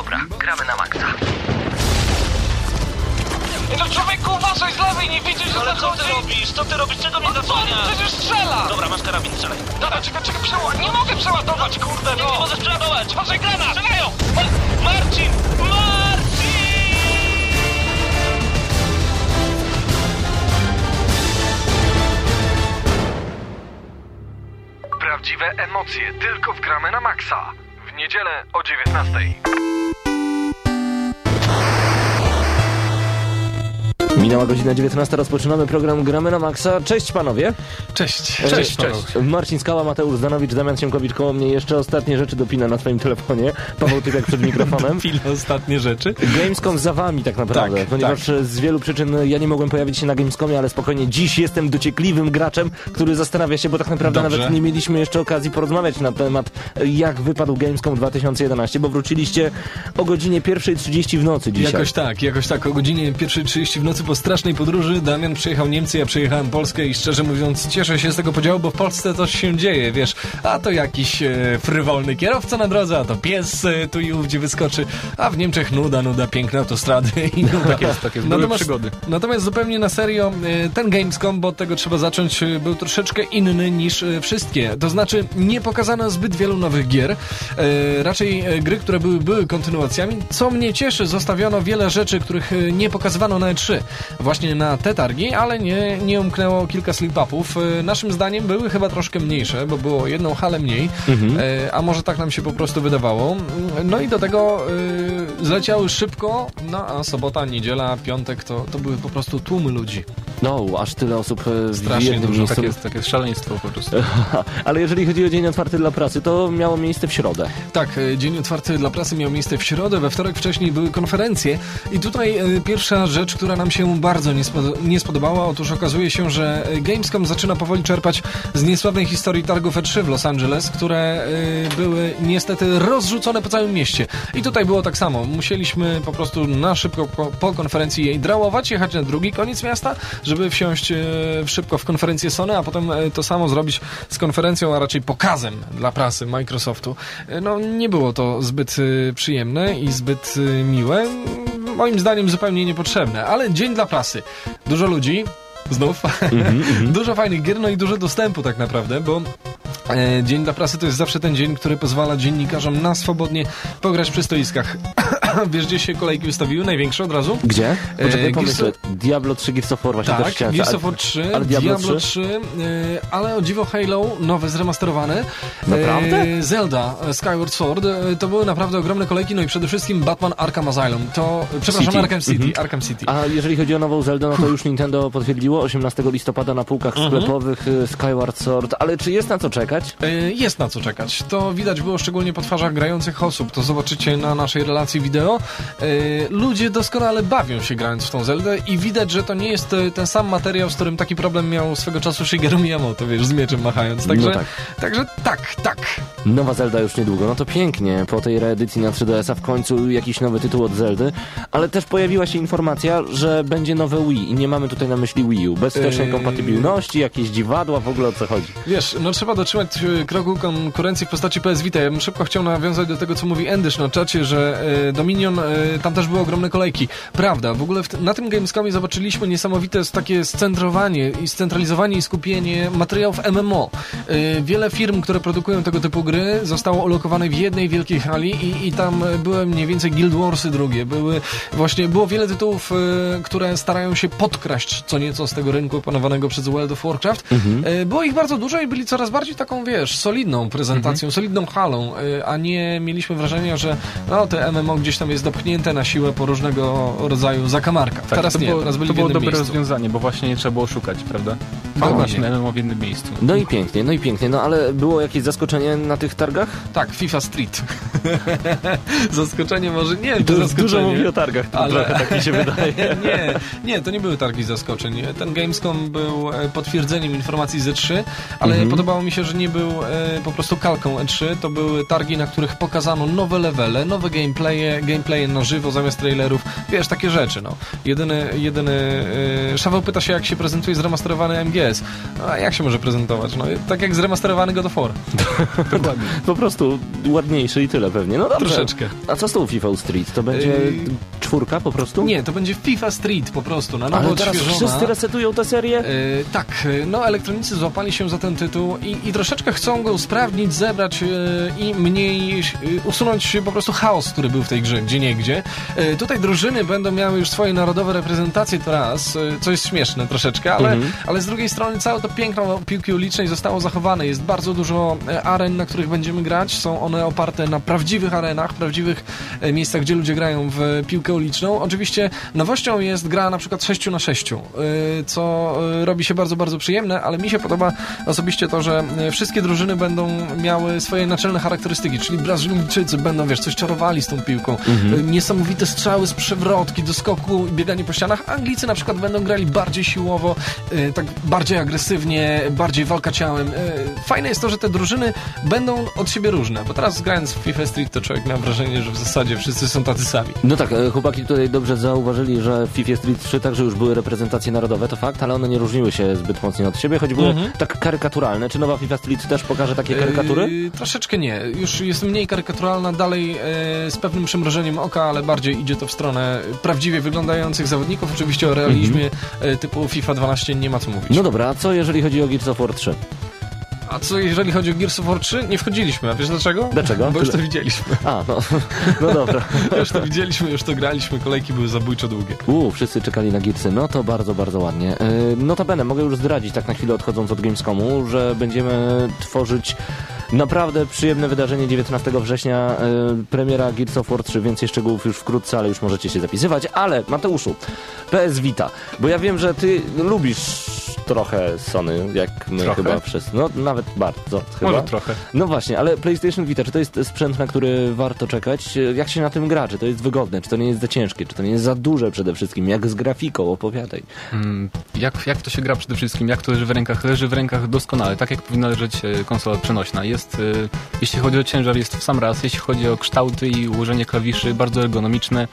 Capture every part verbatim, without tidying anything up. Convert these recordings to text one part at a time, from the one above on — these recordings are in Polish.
Dobra, gramy na maksa. No człowieku, uważaj z lewej, nie widzisz, że Ale co zachodzi? ty robisz? Co ty robisz? Czego mnie No co, zasłaniasz? przecież strzela! Dobra, masz karabin, strzelaj. Dobra, czekaj, czekaj, przeładować. Nie mogę przeładować, kurde, Nie, no! nie możesz przeładować! Uważaj, granat! Strzelają! Ma- Marcin! Marcin! Prawdziwe emocje tylko w Gramy na Maxa. W niedzielę o dziewiętnastej. Minęła godzina dziewiętnasta, rozpoczynamy program Gramy na Maxa. Cześć panowie. Cześć. Cześć, Cześć. cześć. Marcin Skała, Mateusz Zdanowicz, Damian Siemkowicz koło mnie. Jeszcze ostatnie rzeczy dopina na swoim telefonie. Paweł Typiak przed mikrofonem. Chwilę, ostatnie rzeczy. Gamescom za wami tak naprawdę, Tak, ponieważ tak. z wielu przyczyn ja nie mogłem pojawić się na Gamescomie, ale spokojnie, dziś jestem dociekliwym graczem, który zastanawia się, bo tak naprawdę Dobrze. nawet nie mieliśmy jeszcze okazji porozmawiać na temat, jak wypadł Gamescom dwa tysiące jedenaście, bo wróciliście o godzinie pierwszej trzydzieści w nocy dzisiaj. Jakoś tak, jakoś tak. O godzinie pierwszej trzydzieści w nocy po strasznej podróży Damian przyjechał Niemcy, ja przyjechałem Polskę i szczerze mówiąc cieszę się z tego podziału, bo w Polsce coś się dzieje, wiesz, a to jakiś e, frywolny kierowca na drodze, a to pies e, tu i ówdzie wyskoczy, a w Niemczech nuda, nuda, piękne autostrady i nuda. Tak jest, tak jest, były natomiast, przygody. Natomiast zupełnie na serio, e, ten Gamescom, bo od tego trzeba zacząć, e, był troszeczkę inny niż e, wszystkie. To znaczy nie pokazano zbyt wielu nowych gier, e, raczej e, gry, które były, były kontynuacjami. Co mnie cieszy, zostawiono wiele rzeczy, których e, nie pokazywano na E trzy. Właśnie na te targi, ale nie, nie umknęło kilka slip-upów. E, naszym zdaniem były chyba troszkę mniejsze, bo było jedną halę mniej, Mhm. e, a może tak nam się po prostu wydawało. No i do tego e, zleciały szybko, no a sobota, niedziela, piątek to, to były po prostu tłumy ludzi. No, aż tyle osób e, w Strasznie jednym dużo, miejscu. Tak jest, tak jest szaleństwo po prostu. Ale jeżeli chodzi o dzień otwarty dla prasy, to miało miejsce w środę. Tak, e, dzień otwarty dla prasy miał miejsce w środę, we wtorek wcześniej były konferencje i tutaj e, pierwsza rzecz, która nam się bardzo nie, spod- nie spodobała, otóż okazuje się, że e, Gamescom zaczyna powoli czerpać z niesławnej historii targów E trzy w Los Angeles, które e, były niestety rozrzucone po całym mieście. I tutaj było tak samo. Musieliśmy po prostu na szybko po, po konferencji jej drałować, jechać na drugi koniec miasta, żeby wsiąść e, szybko w konferencję Sony, a potem e, to samo zrobić z konferencją, a raczej pokazem dla prasy Microsoftu. E, no nie było to zbyt e, przyjemne i zbyt e, miłe. Moim zdaniem zupełnie niepotrzebne, ale dzień dla prasy. Dużo ludzi, znów, dużo fajnych gier, no i dużo dostępu tak naprawdę, bo e, dzień dla prasy to jest zawsze ten dzień, który pozwala dziennikarzom na swobodnie pograć przy stoiskach. Wiesz, gdzie się kolejki wystawiły? Największe od razu? Gdzie? Poczekaj, E, pomyślę. Gears- Diablo trzy, Gears of War, właśnie też Tak, chciałem... Gears ale- of War trzy, ale Diablo Diablo trzy? trzy, e, ale o dziwo Halo, nowe, zremasterowane. Naprawdę? E, Zelda, e, Skyward Sword, e, to były naprawdę ogromne kolejki, no i przede wszystkim Batman Arkham Asylum. To, przepraszam, City. Arkham City, Mhm. Arkham City. A jeżeli chodzi o nową Zeldę, no to już Nintendo potwierdziło osiemnastego listopada na półkach sklepowych y, Skyward Sword, ale czy jest na co czekać? E, Jest na co czekać. To widać było szczególnie po twarzach grających osób. To zobaczycie na naszej relacji wideo. E, Ludzie doskonale bawią się grając w tą Zeldę i widać, że to nie jest e, ten sam materiał, z którym taki problem miał swego czasu Shigeru Miyamoto, wiesz, z mieczem machając. Także No tak. także tak, tak. Nowa Zelda już niedługo, no to pięknie, po tej reedycji na trzy D S a w końcu jakiś nowy tytuł od Zeldy, ale też pojawiła się informacja, że będzie nowe Wii i nie mamy tutaj na myśli Wii U, bez wstecznej Eee. kompatybilności, jakieś dziwadła, w ogóle o co chodzi. Wiesz, no trzeba dotrzymać e, kroku konkurencji w postaci P S Vita. Ja bym szybko chciał nawiązać do tego, co mówi Endysz na czacie, że e, Dominion, e, tam też były ogromne kolejki. Prawda, w ogóle w, na tym Gamescomie zobaczyliśmy niesamowite takie scentrowanie i scentralizowanie i skupienie materiałów M M O. E, wiele firm, które produkują tego typu gry, zostało ulokowane w jednej wielkiej hali i, i tam były mniej więcej Guild Warsy drugie. Były właśnie, było wiele tytułów, e, które starają się podkraść co nieco z tego rynku panowanego przez World of Warcraft. E, było ich bardzo dużo i byli coraz bardziej taką, wiesz, solidną prezentacją, solidną halą, e, a nie mieliśmy wrażenia, że no, te M M O gdzieś tam jest dopchnięte na siłę po różnego rodzaju zakamarkach. Tak, Teraz to nie, było, teraz byli to w było jednym dobre miejscu. rozwiązanie, bo właśnie nie trzeba było szukać, prawda? Dokładnie. Właśnie M M O w jednym miejscu. No i pięknie, no i pięknie, no ale było jakieś zaskoczenie na tych targach? Tak, FIFA Street. Zaskoczenie może, nie, to Du- zaskoczenie. Dużo mówi o targach, to ale- trochę tak mi się wydaje. nie, nie, to nie były targi zaskoczeń. Ten Gamescom był e, potwierdzeniem informacji z E trzy, ale Mhm. podobało mi się, że nie był e, po prostu kalką E trzy. To były targi, na których pokazano nowe levele, nowe gameplaye, gameplay na żywo zamiast trailerów, wiesz, takie rzeczy, no. Jedyny, jedyny yy, Szaweł pyta się, jak się prezentuje zremasterowany M G S. No, a jak się może prezentować? No, tak jak zremasterowany God of War. Dokładnie. Po prostu ładniejszy i tyle pewnie. No dobrze. Troszeczkę. A co z tą FIFA Street? To będzie Yy, czwórka po prostu? Nie, to będzie FIFA Street po prostu, na nowo Ale teraz odświeżona. wszyscy resetują tę serię? Yy, tak, yy, no elektronicy złapali się za ten tytuł i, i troszeczkę chcą go usprawnić, zebrać yy, i mniej yy, usunąć po prostu chaos, który był w tej grze, gdzie niegdzie. Yy, tutaj drużyny będą miały już swoje narodowe reprezentacje teraz, yy, co jest śmieszne troszeczkę, ale, Mhm. ale z drugiej strony całe to piękno piłki ulicznej zostało zachowane. Jest bardzo dużo e, aren, na których będziemy grać. Są one oparte na prawdziwych arenach, prawdziwych e, miejscach, gdzie ludzie grają w piłkę uliczną. Oczywiście nowością jest gra na przykład sześć na sześć, e, co e, robi się bardzo, bardzo przyjemne, ale mi się podoba osobiście to, że e, wszystkie drużyny będą miały swoje naczelne charakterystyki, czyli Brazylijczycy będą, wiesz, coś czarowali z tą piłką. E, niesamowite strzały z przewrotki, do skoku i bieganie po ścianach. Anglicy na przykład będą grali bardziej siłowo, e, tak bardziej agresywnie, bardziej walka ciałem. E, Fajne jest to, że te drużyny będą od siebie różne, bo teraz grając w FIFA Street to człowiek miał wrażenie, że w zasadzie wszyscy są tacy sami. No tak, e, chłopaki tutaj dobrze zauważyli, że w FIFA Street trzy także już były reprezentacje narodowe, to fakt, ale one nie różniły się zbyt mocno od siebie, choć były Mhm. tak karykaturalne. Czy nowa FIFA Street też pokaże takie karykatury? Yy, troszeczkę nie. Już jest mniej karykaturalna, dalej yy, z pewnym przymrożeniem oka, ale bardziej idzie to w stronę prawdziwie wyglądających zawodników. Oczywiście o realizmie yy, typu FIFA dwanaście nie ma co mówić. No dobra, a co jeżeli chodzi o Gears of War trzy? A co jeżeli chodzi o Gears of War trzy? Nie wchodziliśmy, a wiesz dlaczego? Dlaczego? Bo już to Tyle- widzieliśmy. A, no, no dobra. Już to widzieliśmy, już to graliśmy, kolejki były zabójczo długie. Uuu, wszyscy czekali na Gearsy, no to bardzo, bardzo ładnie. Yy, notabene, mogę już zdradzić, tak na chwilę odchodząc od Gamescomu, że będziemy tworzyć naprawdę przyjemne wydarzenie dziewiętnastego września, yy, premiera Gears of War trzy, więcej szczegółów już wkrótce, ale już możecie się zapisywać. Ale Mateuszu, P S Vita, bo ja wiem, że ty lubisz trochę Sony, jak my Trochę? chyba wszyscy. No nawet bardzo chyba. Może trochę. No właśnie, ale PlayStation Vita, czy to jest sprzęt, na który warto czekać? Jak się na tym gra? Czy to jest wygodne? Czy to nie jest za ciężkie? Czy to nie jest za duże przede wszystkim? Jak z grafiką? Opowiadaj. Mm, jak, jak to się gra przede wszystkim? Jak to leży w rękach? Leży w rękach doskonale, tak jak powinna leżeć e, konsola przenośna. Jest, e, jeśli chodzi o ciężar, jest w sam raz. Jeśli chodzi o kształty i ułożenie klawiszy, bardzo ergonomiczne.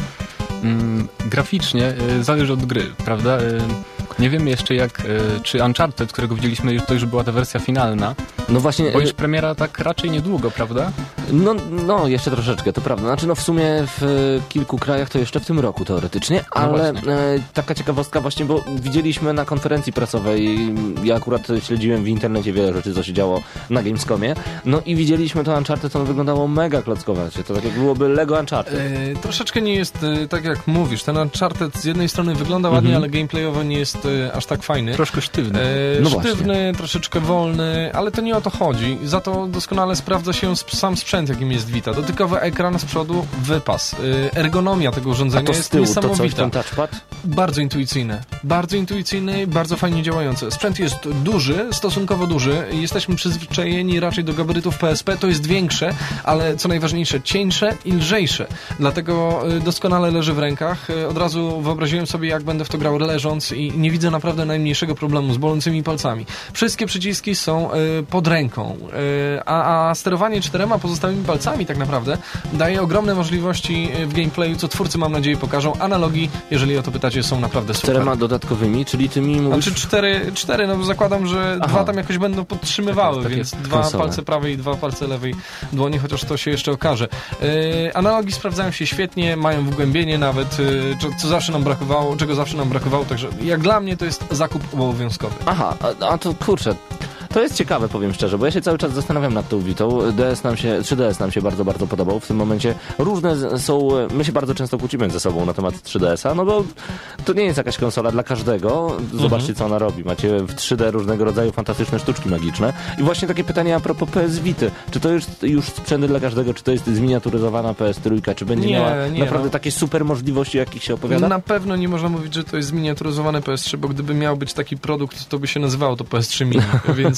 Mm, graficznie e, zależy od gry, prawda? E, nie wiemy jeszcze jak, e, czy Uncharted, którego widzieliśmy, to już była ta wersja finalna, No właśnie... bo już premiera tak raczej niedługo, prawda? No, no, jeszcze troszeczkę, to prawda. Znaczy, no w sumie w e, kilku krajach to jeszcze w tym roku teoretycznie, ale e, właśnie. taka ciekawostka właśnie, bo widzieliśmy na konferencji prasowej, ja akurat śledziłem w internecie wiele rzeczy, co się działo na Gamescomie, no i widzieliśmy to Uncharted, to wyglądało mega klockowacie, to tak jak byłoby Lego Uncharted. E, troszeczkę nie jest e, tak jak mówisz. Ten Uncharted z jednej strony wygląda ładnie, ale gameplayowo nie jest e, aż tak fajny. Troszkę sztywny. E, No sztywny, troszeczkę wolny, ale to nie o to chodzi. Za to doskonale sprawdza się sp- sam sprzęt, jakim jest Vita. Dotykowy ekran z przodu, wypas. E, ergonomia tego A urządzenia to z jest tyłu, to niesamowita. coś, ten touchpad? Bardzo intuicyjne. Bardzo intuicyjny, bardzo fajnie działający. Sprzęt jest duży, stosunkowo duży. Jesteśmy przyzwyczajeni raczej do gabarytów P S P. To jest większe, ale co najważniejsze, cieńsze i lżejsze. Dlatego y, doskonale leży w rękach. Y, Od razu wyobraziłem sobie, jak będę w to grał leżąc i nie widzę naprawdę najmniejszego problemu z bolącymi palcami. Wszystkie przyciski są y, pod ręką, y, a, a sterowanie czterema pozostałymi palcami tak naprawdę daje ogromne możliwości y, w gameplayu, co twórcy, mam nadzieję, pokażą. Analogii, jeżeli o to pytacie, są naprawdę super. Czterema dodatkowymi, czyli ty mi mówisz... Znaczy cztery, cztery, no bo zakładam, że Aha. dwa tam jakoś będą podtrzymywały, Takie więc dwa konsole. palce prawej i dwa palce lewej dłoni, chociaż to się jeszcze okaże. Yy, analogii sprawdzają się świetnie, mają wgłębienie nawet, yy, co, co zawsze nam brakowało, czego zawsze nam brakowało, także jak dla mnie to jest zakup obowiązkowy. Aha, a, a to kurczę, to jest ciekawe, powiem szczerze, bo ja się cały czas zastanawiam nad tą Vitą. D S nam się, trzy D S nam się bardzo, bardzo podobał. W tym momencie różne z- są, my się bardzo często kłócimy ze sobą na temat trzy D S a, no bo to nie jest jakaś konsola dla każdego. Zobaczcie, Mhm. co ona robi. Macie w trzy D różnego rodzaju fantastyczne sztuczki magiczne. I właśnie takie pytanie a propos P S Vity. Czy to już, już sprzęt dla każdego, czy to jest zminiaturyzowana P S trzy, czy będzie Nie, miała nie, naprawdę no. takie super możliwości, o jakich się opowiada? Na pewno nie można mówić, że to jest zminiaturyzowane P S trzy, bo gdyby miał być taki produkt, to by się nazywało to P S trzy Mini, więc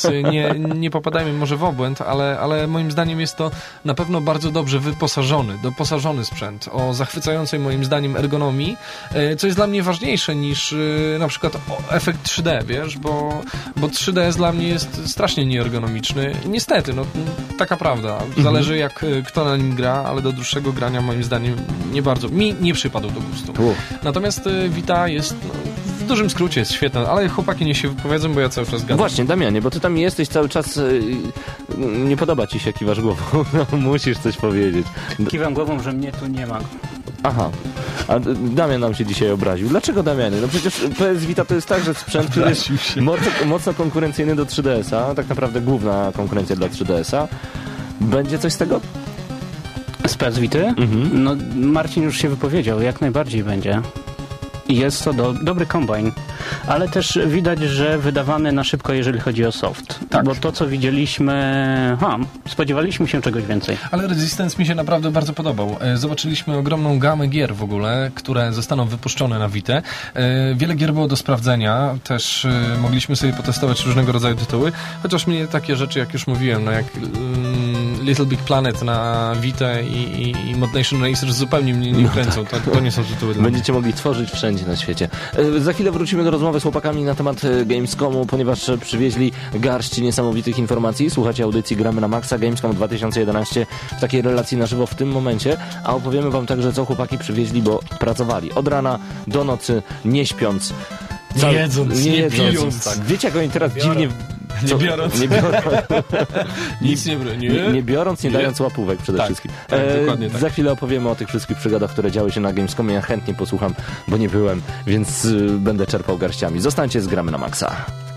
więc nie, nie popadajmy może w obłęd, ale, ale moim zdaniem jest to na pewno bardzo dobrze wyposażony, doposażony sprzęt o zachwycającej moim zdaniem ergonomii, co jest dla mnie ważniejsze niż na przykład efekt trzy D, wiesz, bo, bo trzy D dla mnie jest strasznie nieergonomiczny. Niestety, no taka prawda. Zależy jak kto na nim gra, ale do dłuższego grania moim zdaniem nie bardzo. Mi nie przypadł do gustu. Natomiast Vita jest, no, w dużym skrócie jest świetna, ale chłopaki nie się wypowiedzą, bo ja cały czas gadam. Właśnie, Damianie, bo ty tam jesteś cały czas, nie podoba ci się, kiwasz głową, no, musisz coś powiedzieć. Kiwam głową, że mnie tu nie ma. Aha, a Damian nam się dzisiaj obraził. Dlaczego, Damianie? No przecież P S Vita to jest także sprzęt, który jest mocno, mocno konkurencyjny do trzy D S a, tak naprawdę główna konkurencja dla trzy D S a. Będzie coś z tego? Z P S Vity? Mhm. No, Marcin już się wypowiedział, jak najbardziej będzie. Jest to do, dobry kombajn, ale też widać, że wydawany na szybko, jeżeli chodzi o soft. Tak. Bo to, co widzieliśmy, ha, spodziewaliśmy się czegoś więcej. Ale Resistance mi się naprawdę bardzo podobał. Zobaczyliśmy ogromną gamę gier w ogóle, które zostaną wypuszczone na Vitę. Wiele gier było do sprawdzenia, też mogliśmy sobie potestować różnego rodzaju tytuły, chociaż mnie takie rzeczy, jak już mówiłem, no jak Little Big Planet na Vitę i, i, i Mod Nation Racers zupełnie mnie nie kręcą. To, to nie są tytuły dla Będziecie mogli tworzyć wszędzie na świecie. E, za chwilę wrócimy do rozmowy z chłopakami na temat Gamescomu, ponieważ przywieźli garść niesamowitych informacji. Słuchacie audycji Gramy na Maxa, Gamescom dwa tysiące jedenaście w takiej relacji na żywo w tym momencie, a opowiemy wam także, co chłopaki przywieźli, bo pracowali od rana do nocy, nie śpiąc. Nie jedząc, nie, nie jedząc. pijąc. Tak. Wiecie, jak oni teraz biorą. dziwnie... Co? Nie biorąc. Nie biorąc. Nic nie, nie, nie, nie biorąc, nie, nie dając łapówek przede tak, wszystkim. Tak, e, dokładnie tak. Za chwilę opowiemy o tych wszystkich przygodach, które działy się na Gamescomie. Ja chętnie posłucham, bo nie byłem, więc y, będę czerpał garściami. Zostańcie z Gramy na Maxa.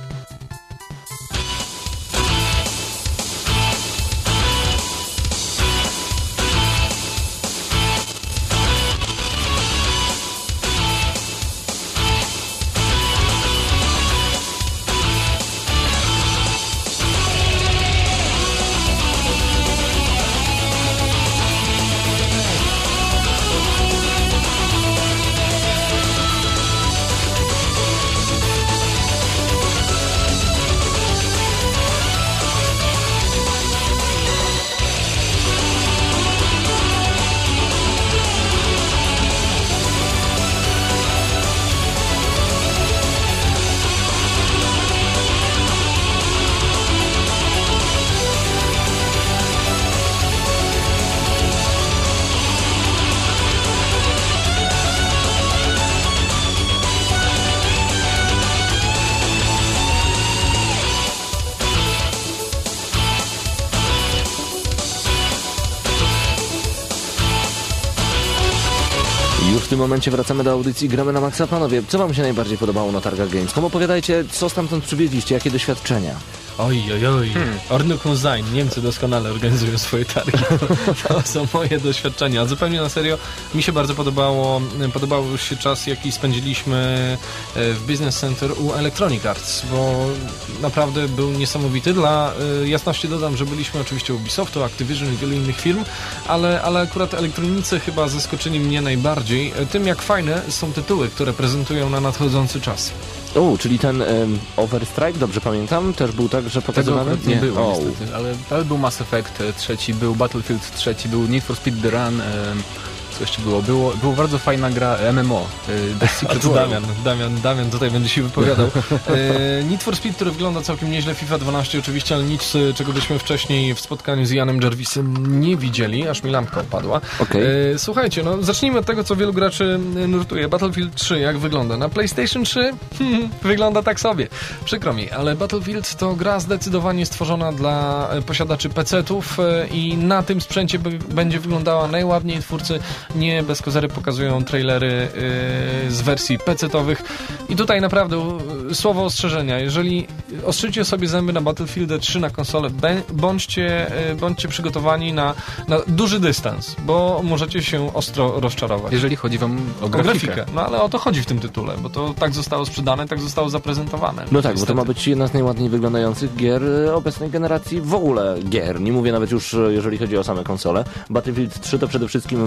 W tym momencie wracamy do audycji Gramy na Maxa. Panowie, co wam się najbardziej podobało na targach Gamescom? Opowiadajcie, co stamtąd przywieźliście, jakie doświadczenia? Oj, oj, oj. Hmm. Ordnung Sein. Niemcy doskonale organizują swoje targi. To są moje doświadczenia. A zupełnie na serio, mi się bardzo podobało, podobał się czas, jaki spędziliśmy w Business Center u Electronic Arts, bo naprawdę był niesamowity. Dla jasności dodam, że byliśmy oczywiście u Ubisoftu, Activision i wielu innych firm, ale, ale akurat elektronicy chyba zaskoczyli mnie najbardziej tym, jak fajne są tytuły, które prezentują na nadchodzący czas. O, czyli ten um, Overstrike, dobrze pamiętam, też był tak, że pokazywany? Tego nie było oh. niestety, ale, ale był Mass Effect trzeci, był Battlefield trzeci, był Need for Speed The Run, um, co jeszcze było? Było, było bardzo fajna gra M M O, The Secret World. Damian, Damian, Damian tutaj będzie się wypowiadał. e, Need for Speed, który wygląda całkiem nieźle, FIFA dwanaście oczywiście, ale nic, czego byśmy wcześniej w spotkaniu z Janem Jarvisem nie widzieli, aż mi lampka opadła. Okay. E, słuchajcie, no zacznijmy od tego, co wielu graczy nurtuje. Battlefield trzy, jak wygląda? Na PlayStation trzy? Wygląda tak sobie. Przykro mi, ale Battlefield to gra zdecydowanie stworzona dla posiadaczy pecetów i na tym sprzęcie będzie wyglądała najładniej. Twórcy nie bez kozery pokazują trailery yy, z wersji pecetowych i tutaj naprawdę yy, słowo ostrzeżenia, jeżeli ostrzycie sobie zęby na Battlefield trzy na konsolę, bądźcie, yy, bądźcie przygotowani na, na duży dystans, bo możecie się ostro rozczarować. Jeżeli chodzi wam o grafikę. O grafikę. No ale o to chodzi w tym tytule, bo to tak zostało sprzedane, tak zostało zaprezentowane. No tak, niestety. Bo to ma być jedna z najładniej wyglądających gier obecnej generacji, w ogóle gier. Nie mówię nawet już, jeżeli chodzi o same konsole. Battlefield trzy to przede wszystkim mnóstwo z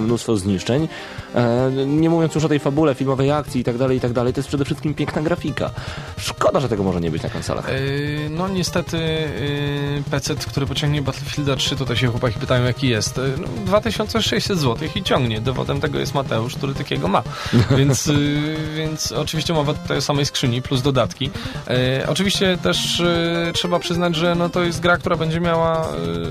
zniszczeń. E, nie mówiąc już o tej fabule, filmowej akcji i tak dalej, i tak dalej, to jest przede wszystkim piękna grafika. Szkoda, że tego może nie być na konsolach. Yy, no niestety yy, P C, który pociągnie Battlefielda trzy, tutaj się chłopaki pytają jaki jest. Yy, no, dwa tysiące sześćset złotych i ciągnie. Dowodem tego jest Mateusz, który takiego ma. Więc, yy, więc oczywiście mowa tutaj o samej skrzyni plus dodatki. Yy, oczywiście też yy, trzeba przyznać, że no, to jest gra, która będzie miała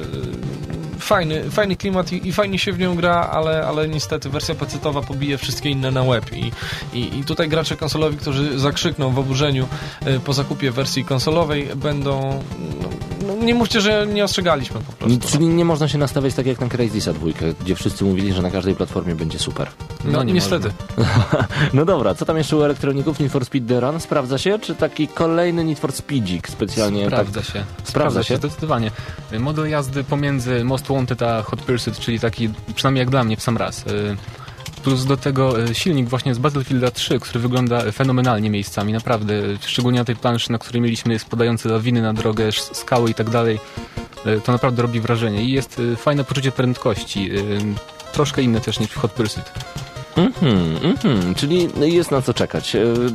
yy, fajny, fajny klimat i, i fajnie się w nią gra, ale, ale niestety wersja pecetowa pobije wszystkie inne na łeb i, i, i tutaj gracze konsolowi, którzy zakrzykną w oburzeniu y, po zakupie wersji konsolowej będą, no, no, nie mówcie, że nie ostrzegaliśmy po prostu. Czyli nie można się nastawiać tak jak na Crazysa dwójkę, gdzie wszyscy mówili, że na każdej platformie będzie super. No, No nie niestety. No dobra, co tam jeszcze u elektroników? Need for Speed The Run sprawdza się? Czy taki kolejny Need for Speedzik specjalnie? Sprawdza tak... się. Sprawdza się? Zdecydowanie. Model jazdy pomiędzy Most Wanted a Hot Pursuit, czyli taki, przynajmniej jak dla mnie, w sam raz. Plus do tego silnik właśnie z Battlefielda trzy, który wygląda fenomenalnie miejscami, naprawdę. Szczególnie na tej planszy, na której mieliśmy spadające lawiny na drogę, skały i tak dalej. To naprawdę robi wrażenie. I jest fajne poczucie prędkości. Troszkę inne też niż w Hot Pursuit. Mhm, mhm, czyli jest na co czekać.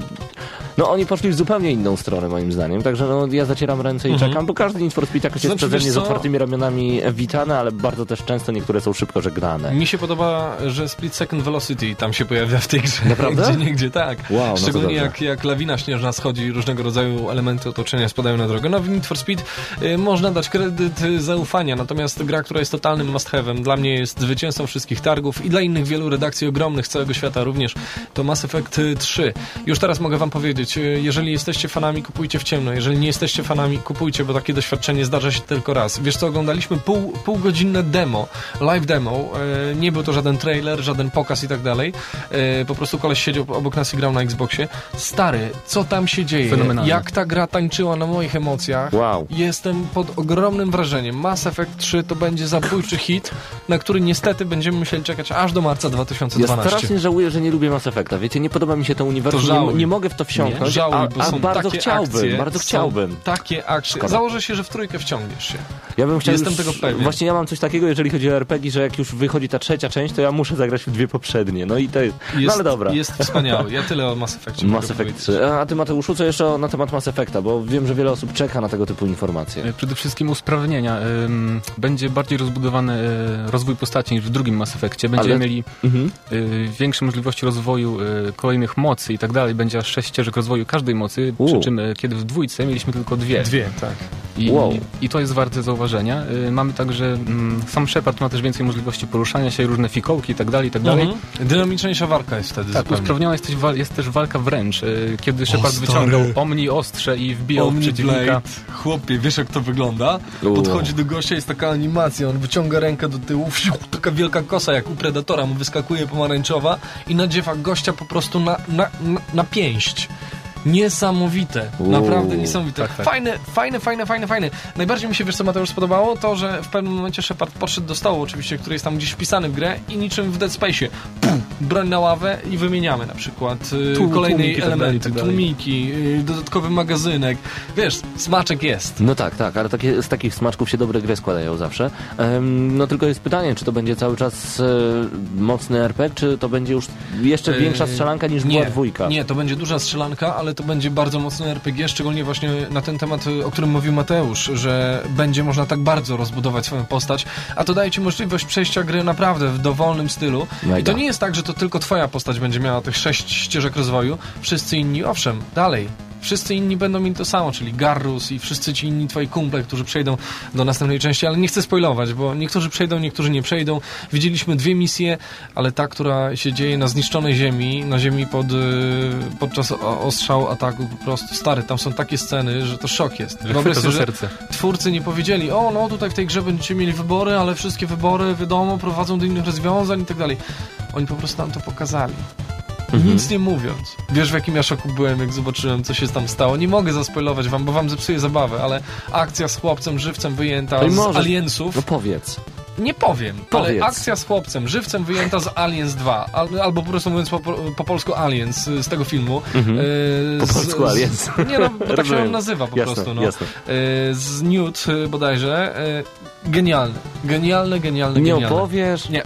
No oni poszli w zupełnie inną stronę moim zdaniem, także no ja zacieram ręce i mhm. czekam, bo każdy Need for Speed jakoś jest Znaczy, przeze mnie z co? otwartymi ramionami witany, ale bardzo też często niektóre są szybko żegnane. Mi się podoba, że Split Second Velocity tam się pojawia w tej grze. Naprawdę? Gdzie niegdzie, tak. Wow, no Szczególnie to jak, jak lawina śnieżna schodzi, różnego rodzaju elementy otoczenia spadają na drogę. No w Need for Speed y, można dać kredyt y, zaufania, natomiast gra, która jest totalnym must-have'em, dla mnie jest zwycięzcą wszystkich targów i dla innych wielu redakcji ogromnych z całego świata również, to Mass Effect trzy. Już teraz mogę wam powiedzieć, y, jeżeli jesteście fanami, kupujcie w ciemno. Jeżeli nie jesteście fanami, kupujcie, bo takie doświadczenie zdarza się tylko raz. Wiesz co, oglądaliśmy pół, półgodzinne demo, live demo. E, nie był to żaden trailer, żaden pokaz i tak dalej. E, po prostu koleś siedział obok nas i grał na Xboxie. Stary, co tam się dzieje? Fenomenalnie. Jak ta gra tańczyła na moich emocjach. Wow. Jestem pod ogromnym wrażeniem. Mass Effect trzy to będzie zabójczy hit, na który niestety będziemy musieli czekać aż do marca dwa tysiące Ja dwunastego. strasznie żałuję, że nie lubię Mass Effecta. Wiecie, nie podoba mi się to uniwersum, To żałuj. nie, nie mogę w to wsiąknąć, Żałuj, a, bo a są bardzo takie chciałbym, akcje, bardzo są chciałbym. Takie akcje. Szkoda. Założę się, że w trójkę wciągniesz się. Ja bym chciał Jestem już, tego pewien. Właśnie ja mam coś takiego, jeżeli chodzi o er pe gie, że jak już wychodzi ta trzecia część, to ja muszę zagrać w dwie poprzednie. No i to jest... Jest, no ale dobra. Jest wspaniały. Ja tyle o Mass Effectie Mass mogę Effect powiedzieć. trzy. A ty, Mateuszu, co jeszcze na temat Mass Effecta? Bo wiem, że wiele osób czeka na tego typu informacje. Przede wszystkim usprawnienia. Ym, będzie bardziej rozbudowany y, rozwój postaci niż w drugim Mass Effectie. Będziemy Ale... mieli Mhm. y, większe możliwości rozwoju y, kolejnych mocy i tak dalej. Będzie aż sześć ścieżek rozwoju każdej mocy, U. przy czym y, kiedy w dwójce mieliśmy tylko dwie. Dwie, tak. I, Wow. I to jest warte zauważenia. Y, mamy także, mm, sam Shepard ma też więcej możliwości poruszania się, różne fikołki i tak dalej, i tak dalej. Mhm. Dynamiczniejsza walka jest wtedy Tak, zupełnie. usprawniona jest też, wa- jest też walka wręcz, y, kiedy Shepard stary. wyciągał Omni ostrze i wbijał w przeciwnika. Omniblade. Chłopie, wiesz jak to wygląda? Uuu. Podchodzi do gościa, jest taka animacja, on wyciąga rękę do tyłu, wsiu, taka wielka kosa jak u Predatora, mu wyskakuje pomarańczowa i nadziewa gościa po prostu na, na, na, na pięść. Niesamowite, Uuu. naprawdę niesamowite. Tak, tak. Fajne, fajne, fajne, fajne, fajne. Najbardziej mi się, wiesz co, Mateusz, spodobało? To, że w pewnym momencie Shepard podszedł do stołu, oczywiście, który jest tam gdzieś wpisany w grę i niczym w Dead Space'ie. Pum, broń na ławę i wymieniamy na przykład y, Tłum- kolejne tłumiki, tak dalej, elementy, tak dalej. tłumiki, y, dodatkowy magazynek. Wiesz, smaczek jest. No tak, tak, ale takie, z takich smaczków się dobre gry składają zawsze. Ehm, no tylko jest pytanie, czy to będzie cały czas e, mocny er pe gie, czy to będzie już jeszcze większa strzelanka niż była nie, dwójka? Nie, to będzie duża strzelanka, ale to będzie bardzo mocny er pe gie, szczególnie właśnie na ten temat, o którym mówił Mateusz, że będzie można tak bardzo rozbudować swoją postać, a to daje ci możliwość przejścia gry naprawdę w dowolnym stylu. Mega. I to nie jest tak, że to tylko twoja postać będzie miała tych sześć ścieżek rozwoju, wszyscy inni, owszem, dalej. Wszyscy inni będą mieli to samo, czyli Garrus i wszyscy ci inni twoi kumple, którzy przejdą do następnej części, ale nie chcę spoilować, bo niektórzy przejdą, niektórzy nie przejdą. Widzieliśmy dwie misje, ale ta, która się dzieje na zniszczonej ziemi, na ziemi pod, podczas ostrzału ataku, po prostu stary, tam są takie sceny, że to szok jest. Że Wyobraź chwyta sobie, za że serce. twórcy nie powiedzieli, o no tutaj w tej grze będziecie mieli wybory, ale wszystkie wybory, wiadomo, prowadzą do innych rozwiązań i tak dalej. Oni po prostu nam to pokazali. Mhm. Nic nie mówiąc. Wiesz, w jakim ja szoku byłem, jak zobaczyłem, co się tam stało. Nie mogę zaspoilować wam, bo wam zepsuję zabawę, ale akcja z chłopcem żywcem wyjęta To i z możesz. Aliensów. No powiedz. Nie powiem, Powiedz. ale akcja z chłopcem żywcem wyjęta z Aliens dwa, al, albo po prostu mówiąc po, po polsku Aliens z tego filmu. Mhm. E, Po z- polsku Aliens. Z, nie no, bo tak się Rozumiem. on nazywa po Jasne, prostu. No. jasne. E, z Newt e, bodajże. E, genialne. Genialne, genialne, Nie genialne. opowiesz? Nie.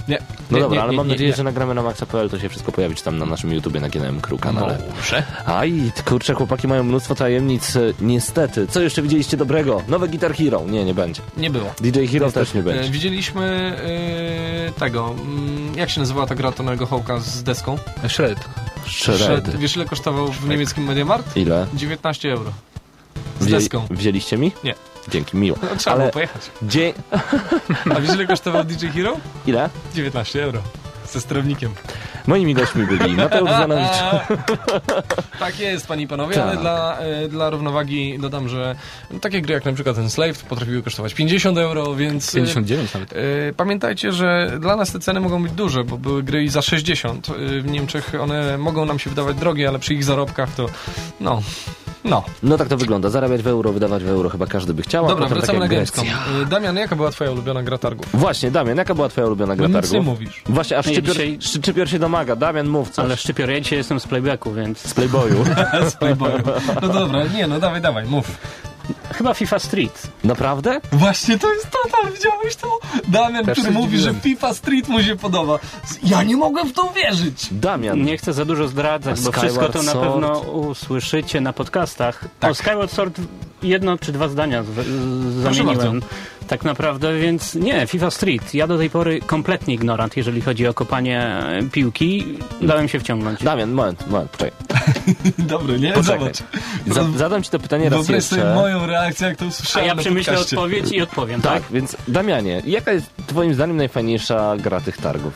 Nie. No nie, dobra, nie, ale nie, mam nie, nadzieję, nie. że nagramy na maxa kropka p l, to się wszystko pojawi czy tam na naszym YouTubie, na G N M Crew kanale. Może. Aj, kurczę, chłopaki mają mnóstwo tajemnic, e, niestety. Co jeszcze widzieliście dobrego? Nowe Guitar Hero? Nie, nie będzie. Nie było. D J Hero też nie E, będzie. widzieliśmy e, tego, mm, jak się nazywała ta gra Tonego Hawka z deską? Shred. Shred. Wiesz ile kosztował w niemieckim Mediamarkt? Ile? dziewiętnaście euro. Z Wzięli- deską. Wzięliście mi? Nie. Dzięki, miło. No, trzeba Ale było pojechać. dzień... A wiesz ile kosztował D J Hero? Ile? dziewiętnaście euro. Ze sterownikiem. Moimi gośćmi byli Mateusz Zanowicz. Tak jest, panie i panowie, Tak. ale dla, e, dla równowagi dodam, że takie gry jak na przykład ten Slave potrafiły kosztować pięćdziesiąt euro, więc... e, pięćdziesiąt dziewięć nawet. e, Pamiętajcie, że dla nas te ceny mogą być duże, bo były gry i za sześćdziesiąt. E, W Niemczech one mogą nam się wydawać drogie, ale przy ich zarobkach to... No... No. No tak to wygląda. Zarabiać w euro, wydawać w euro chyba każdy by chciał. a Dobra, potem wracamy na tak jak Gamescom. Grecja. E, Damian, jaka była twoja ulubiona gra targów? Właśnie, Damian, jaka była twoja ulubiona gra Bo nic targów? nie mówisz. Właśnie, aż Nie, szczypior, dzisiaj- szczypior się domaga. Damian, mów coś. Ale szczypior, ja dzisiaj jestem z playbacku, więc Z Playboyu. Z Playboyu. No dobra, nie, no dawaj, dawaj, mów. chyba FIFA Street. Naprawdę? Właśnie to jest to, tam widziałeś to? Damian, Też który się mówi, że zdziwiłem. FIFA Street mu się podoba. Ja nie mogłem w to uwierzyć. Damian. Nie chcę za dużo zdradzać, A bo wszystko to na Skyward pewno Sword? usłyszycie na podcastach. Tak. O Skyward Sword jedno czy dwa zdania z, z, Proszę zamieniłem. Tak naprawdę, więc nie, FIFA Street. Ja do tej pory kompletnie ignorant, jeżeli chodzi o kopanie e, piłki. Dałem się wciągnąć. Damian, moment, moment, poczekaj. Dobry, nie? Poczekaj. Zobacz. Za, zadam ci to pytanie raz Wyobraź jeszcze. sobie moją reakcję, jak to A usłyszałem ja na przemyślę podcaście. odpowiedź i odpowiem, Tak, tak? więc Damianie, jaka jest twoim zdaniem najfajniejsza gra tych targów?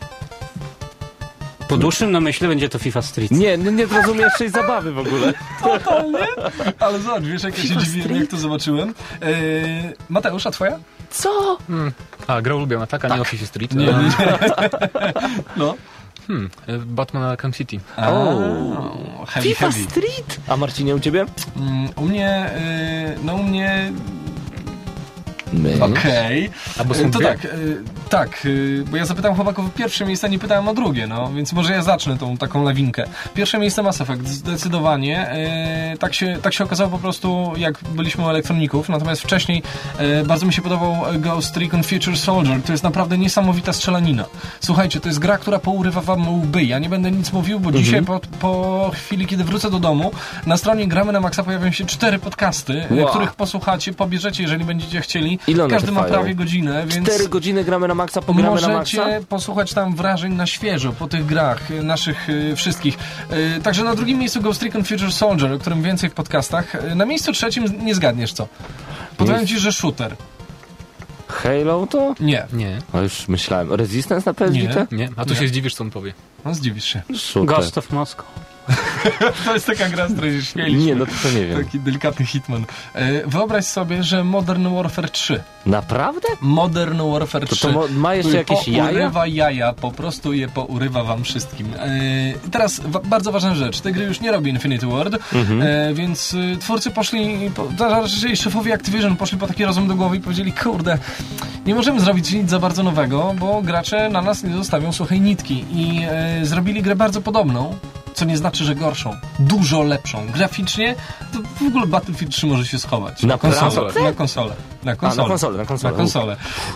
Po dłuższym namyśle będzie to FIFA Street. Nie, nie, nie zrozumiesz tej zabawy w ogóle. Totalnie. Ale zobacz, wiesz, jak ja się FIFA dziwiłem, Street? jak to zobaczyłem. Eee, Mateusz, a twoja? Co? A, gra ulubiona, taka, nie Office Street. Nie, E, nie, nie. No. Hmm, e, Batman Arkham City. O. Heavy, FIFA heavy. Street? A Marcinie, u ciebie? Mm, U mnie, y, no u mnie... My. Okej. Albo są To dwie. tak, y, tak, y, bo ja zapytałem chłopaków o pierwsze miejsce, nie pytałem o drugie, no, więc może ja zacznę tą taką lawinkę. Pierwsze miejsce Mass Effect, zdecydowanie. Y, tak, się, tak się okazało po prostu, jak byliśmy u elektroników, natomiast wcześniej y, bardzo mi się podobał Ghost Recon Future Soldier. To jest naprawdę niesamowita strzelanina. Słuchajcie, to jest gra, która pourywa wam łby. Ja nie będę nic mówił, bo Mhm. dzisiaj po, po chwili, kiedy wrócę do domu, na stronie Gramy na Maxa pojawią się cztery podcasty, Wow. których posłuchacie, pobierzecie, jeżeli będziecie chcieli. Ile one Każdy ma trwają? prawie godzinę, więc Cztery godziny gramy na maksa, pogramy na maksa? możecie posłuchać tam wrażeń na świeżo po tych grach y, naszych y, wszystkich. Y, także na drugim miejscu Ghost Recon Future Soldier, o którym więcej w podcastach. Y, na miejscu trzecim nie zgadniesz co. Powiem ci, że shooter. Halo to? Nie. Nie, A już myślałem. Resistance na P S Nie. Vita? nie. A tu Nie. się zdziwisz, co on powie. No zdziwisz się. Shooter. Ghost of Moscow. To jest taka gra, z której się śmieliśmy. Nie, no to, to nie wiem. Taki delikatny hitman. Y, wyobraź sobie, że Modern Warfare trzy. Naprawdę? Modern Warfare To, trzy. to mo- ma jeszcze który jakieś jaja? Pourywa jaja, po prostu je pourywa wam wszystkim. Yy, teraz wa- bardzo ważna rzecz. Te gry już nie robi Infinity Ward, Mhm. yy, więc yy, twórcy poszli, po, raczej szefowie Activision poszli po taki rozum do głowy i powiedzieli, kurde, nie możemy zrobić nic za bardzo nowego, bo gracze na nas nie zostawią suchej nitki. I yy, zrobili grę bardzo podobną, co nie znaczy, że gorszą. Dużo lepszą. Graficznie to w ogóle Battlefield trzy może się schować. Naprawdę? konsolę. Na konsolę. Na A, konsolę. na konsolę, na konsolę. Na konsolę.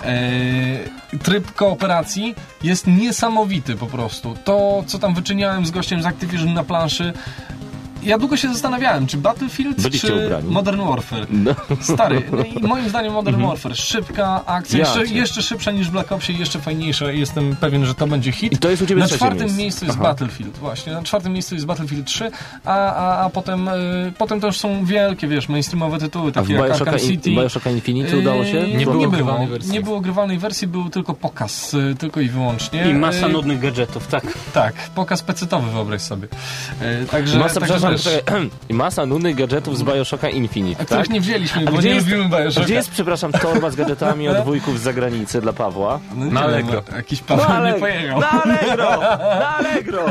Eee, tryb kooperacji jest niesamowity po prostu. To, co tam wyczyniałem z gościem z Activision na planszy, ja długo się zastanawiałem, czy Battlefield, Byliście czy ubrani. Modern Warfare. No. Stary, no i moim zdaniem Modern Warfare. Szybka akcja, Ja jeszcze, cię. jeszcze szybsza niż w Black Opsie, jeszcze fajniejsza. Jestem pewien, że to będzie hit. I to jest u ciebie Na trzecie czwartym miejsce. miejscu jest Aha. Battlefield, właśnie. Na czwartym miejscu jest Battlefield trzy, a, a, a potem, y, potem to już są wielkie, wiesz, mainstreamowe tytuły, A w takie jak Bioshocka, Arkham City. in, Bioshocka Infinity udało się? Yy, Nie było nie było grywalnej wersji. Nie było grywalnej wersji, był tylko pokaz, y, tylko i wyłącznie. I masa Yy, nudnych gadżetów, tak. Tak, pokaz pecetowy, wyobraź sobie. Yy, także, Masa, także przepraszam, wiesz, poczekaj. I masa nudnych gadżetów z Bioshocka Infinite, a których tak? nie wzięliśmy, A bo gdzie nie jest- lubimy A Bioshocka. gdzie jest, przepraszam, torba z gadżetami od wujków z zagranicy dla Pawła? No, nie Na wiem, Allegro. no, jakiś Paweł nie pojechał. Na Allegro! Na Allegro!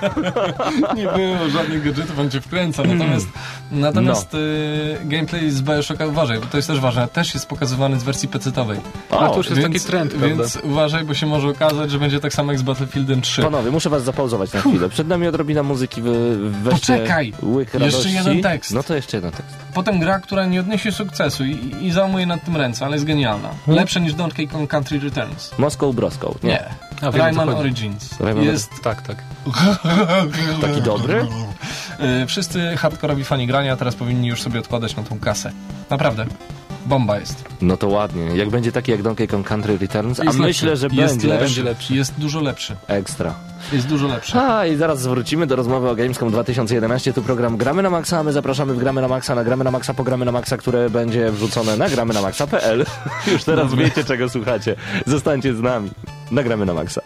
Nie było żadnych gadżetów, on cię wkręca. Natomiast, natomiast y, gameplay z Bioshocka, uważaj, bo to jest też ważne, też jest pokazywany z wersji pecetowej. A to już jest więc, taki trend, prawda? Więc uważaj, bo się może okazać, że będzie tak samo jak z Battlefieldem trzy. Panowie, muszę was zapauzować na chwilę. Przed nami odrobina muzyki, wy, weźcie Poczekaj! łyk Jeszcze radości. jeden tekst. No to jeszcze jeden tekst. Potem gra, która nie odniesie sukcesu i, i załamuje nad tym ręce, ale jest genialna. Lepsza niż Donkey Kong Country Returns. Moscow Broscow, nie? Nie. A wiem, Rayman o co chodzi. Origins. Rayman Jest Tak, tak. Taki dobry? y, wszyscy hardkorowi fani grania teraz powinni już sobie odkładać na tą kasę. Naprawdę. Bomba jest. No to ładnie. Jak będzie taki jak Donkey Kong Country Returns, a Jest myślę, lepszy. że jest będzie lepszy. będzie lepszy. Jest dużo lepszy. ekstra. Jest dużo lepszy. A i zaraz wrócimy do rozmowy o Gamescom dwa tysiące jedenaście. Tu program Gramy na Maxa, a my zapraszamy w Gramy na Maxa, na Gramy na Maxa, po Gramy na Maxa, które będzie wrzucone na gramy na maxa kropka p l. Już teraz Dobry. wiecie, czego słuchacie. Zostańcie z nami. Na Gramy na Maxa.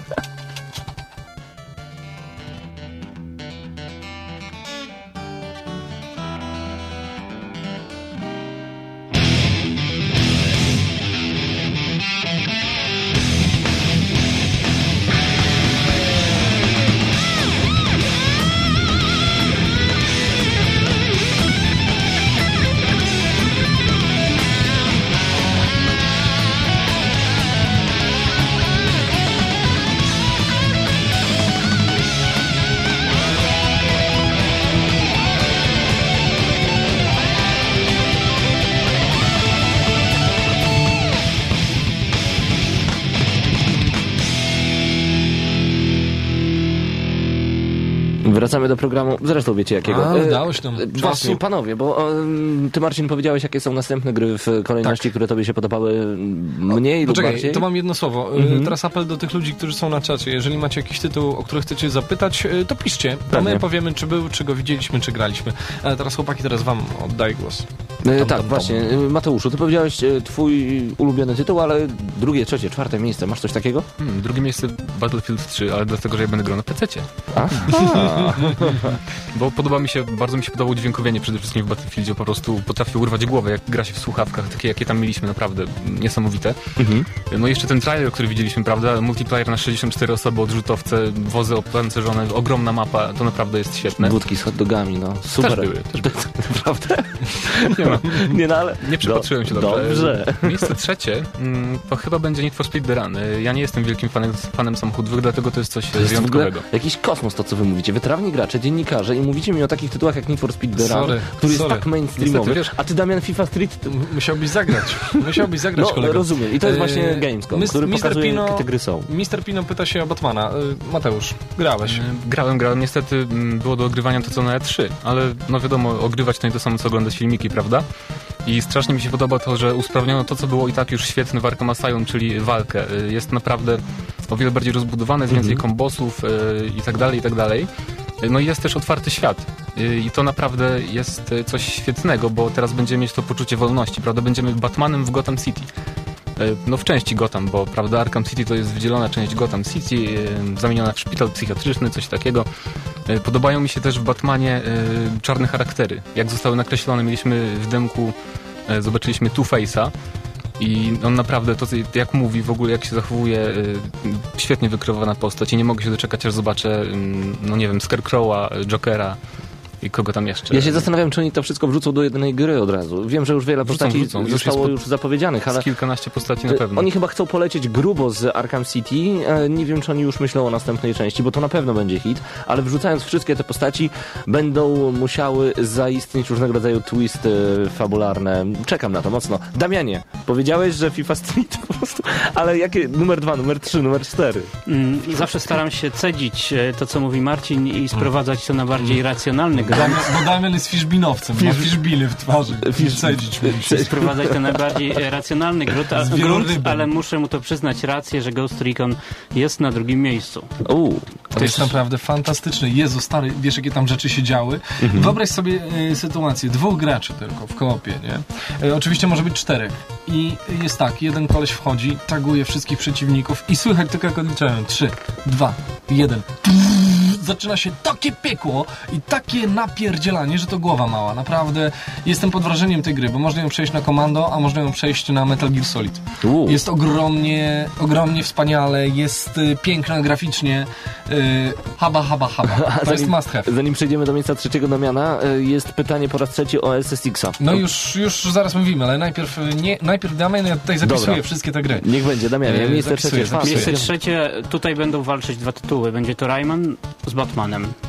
Wracamy do programu, zresztą wiecie jakiego. A, E, dałeś tam e, czasu. Właśnie, panowie, bo e, ty, Marcin, powiedziałeś, jakie są następne gry w kolejności, które tobie się podobały mniej lub Poczekaj, bardziej. to mam jedno słowo. Y, Mhm. Teraz apel do tych ludzi, którzy są na czacie. Jeżeli macie jakiś tytuł, o który chcecie zapytać, y, to piszcie. A Pewnie. my powiemy, czy był, czy go widzieliśmy, czy graliśmy. Ale teraz chłopaki, teraz wam oddaję głos. E, Tom, tak, tom, tom. właśnie. E, Mateuszu, ty powiedziałeś e, twój ulubiony tytuł, ale drugie, trzecie, czwarte miejsce. Masz coś takiego? Hmm, drugie miejsce Battlefield trzy, ale dlatego, że ja będę grał na pececie. Aha. Bo podoba mi się, bardzo mi się podobało udźwiękowienie przede wszystkim w Battlefieldzie, po prostu potrafię urwać głowę, jak gra się w słuchawkach, takie jakie tam mieliśmy, naprawdę niesamowite. Mhm. No i jeszcze ten trailer, który widzieliśmy, prawda, multiplayer na sześćdziesiąt cztery osoby, odrzutowce, wozy opancerzone, ogromna mapa, to naprawdę jest świetne. Budki z hot dogami, no. Super. Też były, też były. Naprawdę? Nie ma. Nie, no ale... Nie przypatrzyłem się dobrze. Dobrze. Miejsce trzecie mm, to chyba będzie Need for Speed The Run. Ja nie jestem wielkim fanem, fanem samochodów, dlatego to jest coś To jest w ogóle wyjątkowego. jakiś kosmos to, co wy mówicie. Wytrawni gracze, dziennikarze i mówicie mi o takich tytułach jak Need for Speed The Run, Sorry, który sorry. jest tak mainstreamowy, Niestety, wiesz- a ty, Damian, FIFA Street... M- Musiałbyś zagrać. Musiałbyś zagrać, No, kolego. rozumiem. I to jest E, właśnie Gamescom, Mis- który mister pokazuje, Pino- jakie te gry są. mister Pino pyta się o Batmana. Y, Mateusz, grałeś. E, Grałem, grałem. Niestety mm, było do ogrywania to co na E trzy, ale no wiadomo, ogrywać to nie to samo co oglądać filmiki, prawda? I strasznie mi się podoba to, że usprawniono to, co było i tak już świetne w Arkham Asylum, czyli walkę. E, Jest naprawdę o wiele bardziej rozbudowane, jest więcej kombosów e, i tak dalej, i tak dalej. E, No i jest też otwarty świat. E, I to naprawdę jest e, coś świetnego, bo teraz będziemy mieć to poczucie wolności, prawda? Będziemy Batmanem w Gotham City. E, No w części Gotham, bo prawda Arkham City to jest wydzielona część Gotham City, e, zamieniona w szpital psychiatryczny, coś takiego. E, Podobają mi się też w Batmanie e, czarne charaktery. Jak zostały nakreślone, mieliśmy w demku, e, zobaczyliśmy Two-Face'a i on naprawdę, to jak mówi, w ogóle jak się zachowuje, e, świetnie wykreowana postać i nie mogę się doczekać, aż zobaczę, mm, no nie wiem, Scarecrow'a, Jokera i kogo tam jeszcze. Ja się zastanawiam, czy oni to wszystko wrzucą do jednej gry od razu. Wiem, że już wiele Wrzucą, postaci wrzucą. Już zostało jest już zapowiedzianych, ale Z kilkanaście postaci na y, pewno. oni chyba chcą polecieć grubo z Arkham City. E, Nie wiem, czy oni już myślą o następnej części, bo to na pewno będzie hit, ale wrzucając wszystkie te postaci, będą musiały zaistnieć różnego rodzaju twisty fabularne. Czekam na to mocno. Damianie, powiedziałeś, że FIFA Street po prostu, ale jakie numer dwa, numer trzy, numer cztery? Mm, Zawsze staram się cedzić e, to, co mówi Marcin i sprowadzać to na bardziej racjonalny grunt. Damian, bo Damian jest fiszbinowcem, ma fiszbiny w twarzy. Fisz- Cedzić musi. Sprowadzać to na bardziej e, racjonalny grunt, a, Z grunt, wielorybem. ale muszę mu to przyznać rację, że Ghost Recon jest na drugim miejscu. Uuu, To jest naprawdę fantastyczne. Jezu, stary, wiesz jakie tam rzeczy się działy? Wyobraź sobie e, sytuację, dwóch graczy tylko w koopie, nie? E, oczywiście może być czterech. I jest tak, jeden koleś wchodzi, taguje wszystkich przeciwników i słychać tylko jak odliczają. Trzy, dwa, jeden. Zaczyna się takie piekło i takie napierdzielanie, że to głowa mała. Naprawdę jestem pod wrażeniem tej gry, bo można ją przejść na komando, a można ją przejść na Metal Gear Solid. uuu. Jest ogromnie, ogromnie wspaniale, jest y, piękna graficznie. Y, haba, haba, haba. To jest must have. Zanim przejdziemy do miejsca trzeciego Damiana, e, jest pytanie po raz trzeci o S S X-a. No już, już zaraz mówimy, ale najpierw, y, nie, najpierw Damian, ja tutaj zapisuję Dobra. wszystkie te gry. Niech będzie, Damianie. E, Miejsce zapisuję, trzecie, czwarte. Miejsce trzecie, tutaj będą walczyć dwa tytuły. Będzie to Rayman z Batmanem.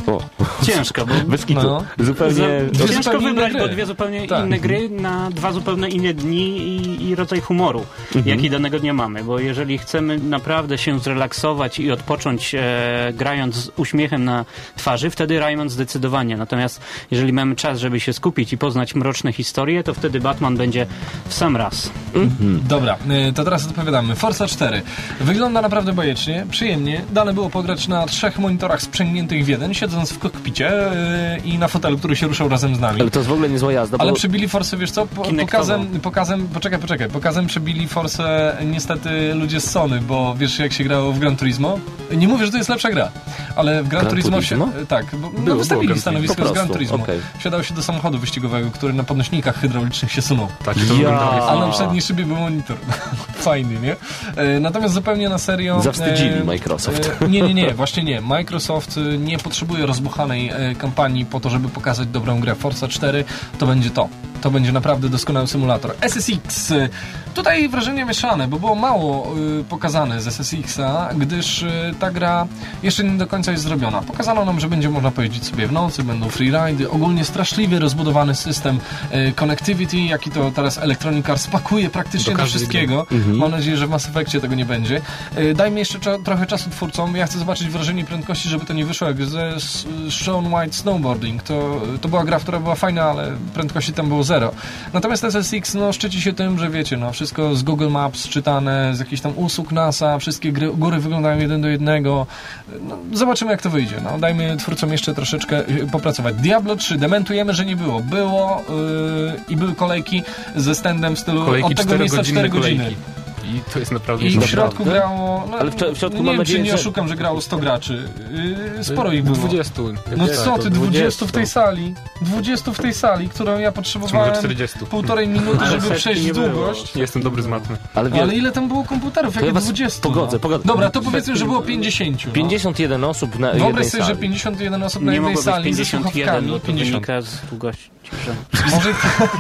O. Ciężko, bo Bez kitu. No. Zupełnie... Za, Dwie ciężko zupełnie wybrać, inne bo gry. dwie zupełnie Tak. inne gry na dwa zupełnie inne dni i, i rodzaj humoru, Mhm. jaki danego dnia mamy. Bo jeżeli chcemy naprawdę się zrelaksować i odpocząć e, grając z uśmiechem na twarzy, wtedy Rayman zdecydowanie. Natomiast jeżeli mamy czas, żeby się skupić i poznać mroczne historie, to wtedy Batman będzie w sam raz. Dobra, y, to teraz odpowiadamy. Forza cztery. Wygląda naprawdę bajecznie, przyjemnie. Dane było pograć na trzech monitorach sprzęgniętych w jeden, siedząc w kokpicie y, i na fotelu, który się ruszał razem z nami. Ale to jest w ogóle niezła jazda, bo... Ale przebili Forsę, wiesz co, po, Kinectową. pokazem, pokazem, poczekaj, poczekaj, pokazem przebili Forsę niestety ludzie z Sony, bo wiesz jak się grało w Gran Turismo? Nie mówię, że to jest lepsza gra, ale w Gran, Gran Turismo, Turismo? się... Tak, bo, no, było wystawili Gran stanowisko Turismo. z Gran Po prostu, Turismo. okej. Wsiadał się do samochodu wyścigowego, który na podnośnikach hydraulicznych się sunął. Tak, i to Ja. wyglądało A jak na przedniej szybie był monitor. Fajny, nie? E, natomiast zupełnie na serio... Zawstydzili e, Microsoft. E, nie, nie, nie, właśnie nie. Microsoft e, nie potrzebuje rozbuchanej e, kampanii po to, żeby pokazać dobrą grę. Forza cztery to będzie to. To będzie naprawdę doskonały symulator. S S X. e, Tutaj wrażenie mieszane, bo było mało e, pokazane z S S X-a, gdyż e, ta gra jeszcze nie do końca jest zrobiona. Pokazano nam, że będzie można pojeździć sobie w nocy, będą freeridy, ogólnie straszliwie rozbudowany system e, connectivity, jaki to teraz Electronic Arts pakuje praktycznie Do do każdej wszystkiego. Mam nadzieję, że w Mass Effectie tego nie będzie. E, Dajmy jeszcze cza- trochę czasu twórcom. Ja chcę zobaczyć wrażenie prędkości, żeby to nie wyszło jak ze s- Sean White Snowboarding. To, to była gra, która była fajna, ale prędkości tam było zero. Natomiast S S X no, szczyci się tym, że wiecie, no, wszystko z Google Maps czytane, z jakichś tam usług NASA, wszystkie gry, góry wyglądają jeden do jednego. No, zobaczymy jak to wyjdzie. No, dajmy twórcom jeszcze troszeczkę y, popracować. Diablo trzy, dementujemy, że nie było. Było yy, i były kolejki ze standem w stylu Kolejki od tego miejsca cztery godziny. kolejki. I to jest naprawdę I w niezwykłe. środku grało... No, Ale w, w środku nie mam wiem, nadzieję, czy nie że... oszukam, że grało sto graczy. Yy, sporo ich było. dwudziestu. No Tak, co to ty, dwudziestu w tej sali. dwudziestu w tej sali, którą ja Może potrzebowałem czterdziestu. półtorej minuty, Ale żeby setki przejść nie było. długość. Jestem dobry z matmy. Ale, wie... Ale ile tam było komputerów? ja Jakie was dwudziestu? pogodzę, no. pogodzę. Dobra, to powiedzmy, że było pięćdziesiąt. No. pięćdziesiąt jeden osób na Wyobraź jednej sobie, że sali. pięćdziesiąt jeden osób na Nie jednej mogło być sali ze pięćdziesiąt jeden, słuchawkami. bo to pięćdziesiąt. wynika z długości. Że... Może tak.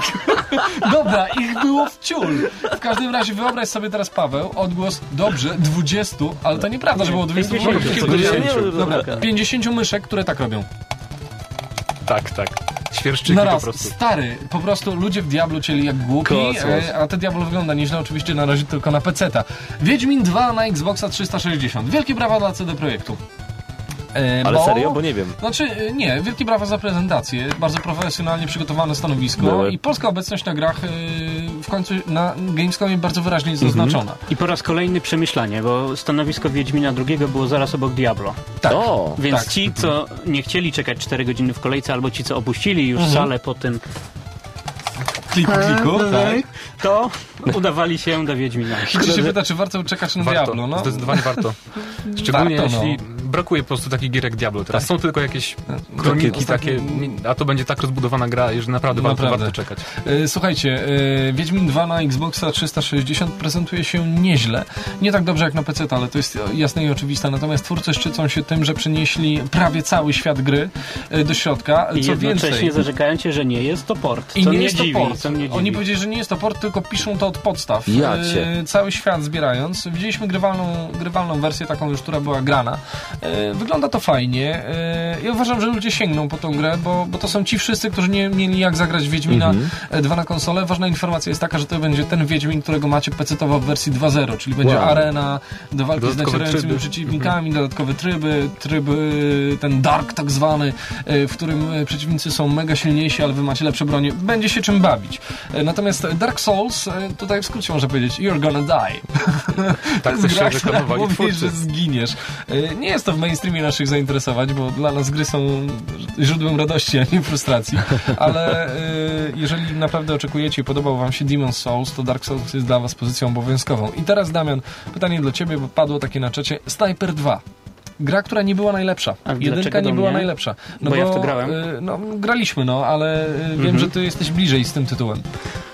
Dobra, ich było w ciul. W każdym razie wyobraź sobie teraz, Paweł, odgłos, dobrze, dwudziestu, ale to nieprawda, że było dwudziestu. pięćdziesiąt. Było pięćdziesiąt. Dobra, pięćdziesięciu myszek, które tak robią. Tak, tak. Świerszczyki Na po raz, prostu. stary, po prostu ludzie w Diablo cieli jak głupi, Kosmos. e, a te Diablo wygląda nieźle, oczywiście na razie tylko na peceta. Wiedźmin dwa na Xboxa trzysta sześćdziesiąt. Wielkie brawa dla C D Projektu. E, Ale bo- serio? Bo nie wiem. Znaczy, e, nie, wielkie brawa za prezentację, bardzo profesjonalnie przygotowane stanowisko Były. i polska obecność na grach e, w końcu na Gamescomie bardzo wyraźnie jest zaznaczona. I po raz kolejny przemyślanie, bo stanowisko Wiedźmina drugiego było zaraz obok Diablo. Tak. O! Więc Tak. ci, co nie chcieli czekać cztery godziny w kolejce, albo ci, co opuścili już Mhm. salę po tym, Kliku, kliku, tak. to udawali się do Wiedźmina. Kici się pyta, czy warto czekać na Warto, Diablo, no. zdecydowanie warto. Szczególnie Warto, no. jeśli brakuje po prostu takich gier jak Diablo. Teraz Tak. są tylko jakieś kroniki takie, a to będzie tak rozbudowana gra, że naprawdę, warto, Naprawdę. warto czekać. E, Słuchajcie, e, Wiedźmin dwa na Xboxa trzysta sześćdziesiąt prezentuje się nieźle. Nie tak dobrze jak na P C, ale to jest jasne i oczywiste. Natomiast twórcy szczycą się tym, że przenieśli prawie cały świat gry e, do środka. I Co jednocześnie więcej, zarzekają cię, że nie jest to port. i co nie mnie jest to dziwi, port. co mnie dziwi. Oni powiedzieli, że nie jest to port, tylko piszą to od podstaw. Ja E, cię. Cały świat zbierając. Widzieliśmy grywalną, grywalną wersję, taką już, która była grana. E, Wygląda to fajnie. E, Ja uważam, że ludzie sięgną po tą grę, bo, bo to są ci wszyscy, którzy nie mieli jak zagrać w Wiedźmina Mhm. dwa na konsolę. Ważna informacja jest taka, że to będzie ten Wiedźmin, którego macie pecetowo w wersji dwa zero, czyli będzie Wow. arena do walki z Dodatkowe nacierającymi tryby. przeciwnikami, dodatkowe tryby, tryby ten dark tak zwany, e, w którym e, przeciwnicy są mega silniejsi, ale wy macie lepsze bronie. Będzie się czym bawić. E, Natomiast Dark Souls, e, tutaj w skrócie można powiedzieć, you're gonna die. Tak To też jest się gra, która reklamowali mówi, twórcy. że zginiesz. E, Nie jest to w mainstreamie naszych zainteresowań, bo dla nas gry są źródłem radości, a nie frustracji. Ale e, jeżeli naprawdę oczekujecie i podobał wam się Demon's Souls, to Dark Souls jest dla was pozycją obowiązkową. I teraz, Damian, pytanie dla ciebie, bo padło takie na czacie. Sniper dwa. Gra, która nie była najlepsza. A Jedynka dlaczego nie do była mnie? najlepsza. No Bo ja w to grałem. e, No, graliśmy, no, ale e, wiem, Mhm. że ty jesteś bliżej z tym tytułem.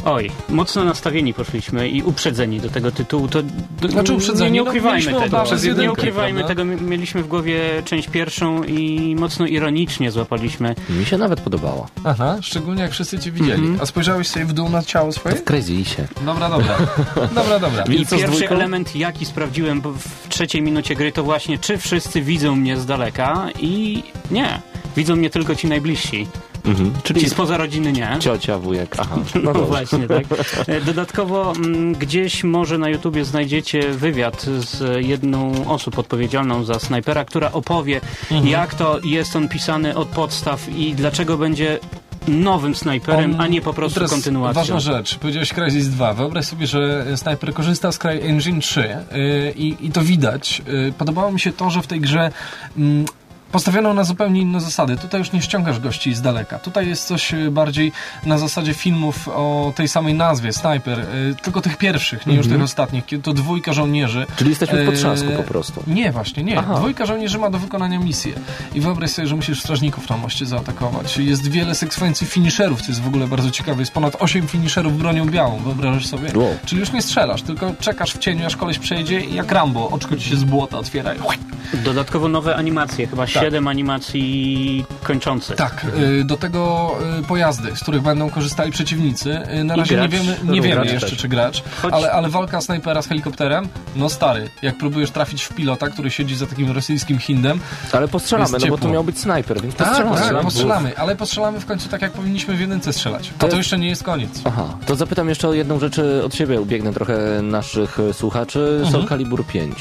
Oj, mocno nastawieni poszliśmy i uprzedzeni do tego tytułu. To, to Znaczy uprzedzeni? Nie, nie No, ukrywajmy mieliśmy tego. obawy z Nie jedynki, ukrywajmy prawda? tego. Mieliśmy w głowie część pierwszą i mocno ironicznie złapaliśmy. Mi się nawet podobało. Aha, szczególnie jak wszyscy cię widzieli. Mhm. A spojrzałeś sobie w dół na ciało swoje? W Crazylisie. Dobra, dobra. Dobra, dobra. I co z pierwszy dwójką? element, jaki sprawdziłem bo w trzeciej minucie gry, to właśnie, czy wszyscy widzą mnie z daleka i nie. Widzą mnie tylko ci najbliżsi. Mhm. Czyli Czyli spoza rodziny nie. ciocia, wujek, aha. No, No dobrze. właśnie, tak. E, Dodatkowo m, gdzieś może na YouTubie znajdziecie wywiad z jedną osób odpowiedzialną za snajpera, która opowie, Mhm. jak to jest on pisany od podstaw i dlaczego będzie nowym snajperem, On- a nie po prostu teraz kontynuacją. Ważna rzecz, powiedziałeś Crysis dwa. Wyobraź sobie, że Sniper korzysta z CryEngine trzy yy, i, i to widać. Yy, podobało mi się to, że w tej grze yy, postawiono na zupełnie inne zasady. Tutaj już nie ściągasz gości z daleka. Tutaj jest coś yy, bardziej na zasadzie filmów o tej samej nazwie, Sniper, yy, tylko tych pierwszych, nie już tych ostatnich, kiedy to dwójka żołnierzy. Czyli jesteśmy w Yy, potrzasku po prostu. Nie, właśnie, nie. Aha. Dwójka żołnierzy ma do wykonania misję. I wyobraź sobie, że musisz strażników na moście zaatakować. Jest wiele sekwencji finisherów, co jest w ogóle bardzo ciekawe. Jest ponad osiem finisherów bronią białą, wyobrażasz sobie? Wow. Czyli już nie strzelasz, tylko czekasz w cieniu, aż koleś przejdzie i jak Rambo, oczko ci się z błota otwiera. i- Dodatkowo nowe animacje, chyba siedem animacji kończących. Tak, y, do tego y, pojazdy, z których będą korzystali przeciwnicy. Y, Na I razie nie gracz. wiemy, nie wiemy Gracz jeszcze, też. czy gracz, Choć- ale, ale walka snajpera z helikopterem, no stary, jak próbujesz trafić w pilota, który siedzi za takim rosyjskim Hindem, Ale postrzelamy, Jest no bo to ciepło. miał być snajper, więc tak, postrzelamy. tak, postrzelamy, ale postrzelamy w końcu tak, jak powinniśmy w jedynce strzelać. A to jest- jeszcze nie jest koniec. Aha, to zapytam jeszcze o jedną rzecz od siebie, ubiegnę trochę naszych e, słuchaczy. Mhm. Soul Calibur pięć.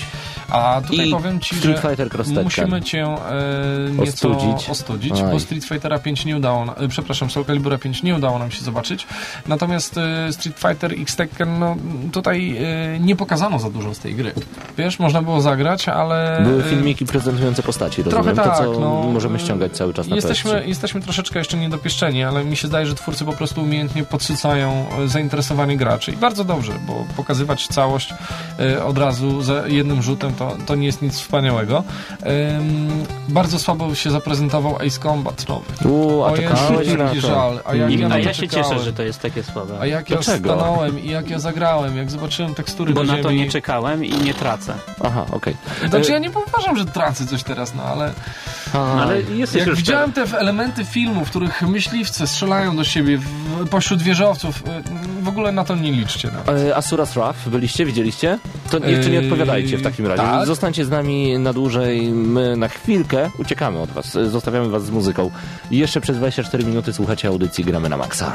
A tutaj I powiem ci, Street że Fighter Cross Tekken. musimy cię e, nieco Ostudzić. ostudzić, Aj. bo Street Fightera pięć nie udało nam, e, przepraszam, Soul Calibura pięć nie udało nam się zobaczyć. Natomiast e, Street Fighter X Tekken, no tutaj e, nie pokazano za dużo z tej gry. Wiesz, można było zagrać, ale... Były e, filmiki prezentujące postaci, rozumiem? Trochę tak, to, co no, możemy ściągać cały czas na P S jesteśmy, trzy. jesteśmy troszeczkę jeszcze niedopieszczeni, ale mi się zdaje, że twórcy po prostu umiejętnie podsycają e, zainteresowanie graczy. I bardzo dobrze, bo pokazywać całość e, od razu za jednym rzutem to, to nie jest nic wspaniałego. Ym, bardzo słabo się zaprezentował Ace Combat nowy. Uuu, a O Jezu, czekałeś na jaki to. żal. A jak I, ja na a to ja się czekałem. cieszę, że to jest takie słabe. A jak ja Dlaczego? stanąłem i jak ja zagrałem, jak zobaczyłem tekstury Bo do na to ziemi. nie czekałem i nie tracę. Aha, okej. Znaczy ja nie uważam, że tracę coś teraz, no ale A, Ale jesteś jak już widziałem te elementy filmu, w których myśliwcy strzelają do siebie w, pośród wieżowców, y, w ogóle na to nie liczcie. No. E, Asura's Wrath, byliście, widzieliście? To jeszcze nie Eee, odpowiadajcie w takim razie. tak. Zostańcie z nami na dłużej, my na chwilkę uciekamy od was, e, zostawiamy was z muzyką. I jeszcze przez dwadzieścia cztery minuty słuchacie audycji Gramy na Maxa.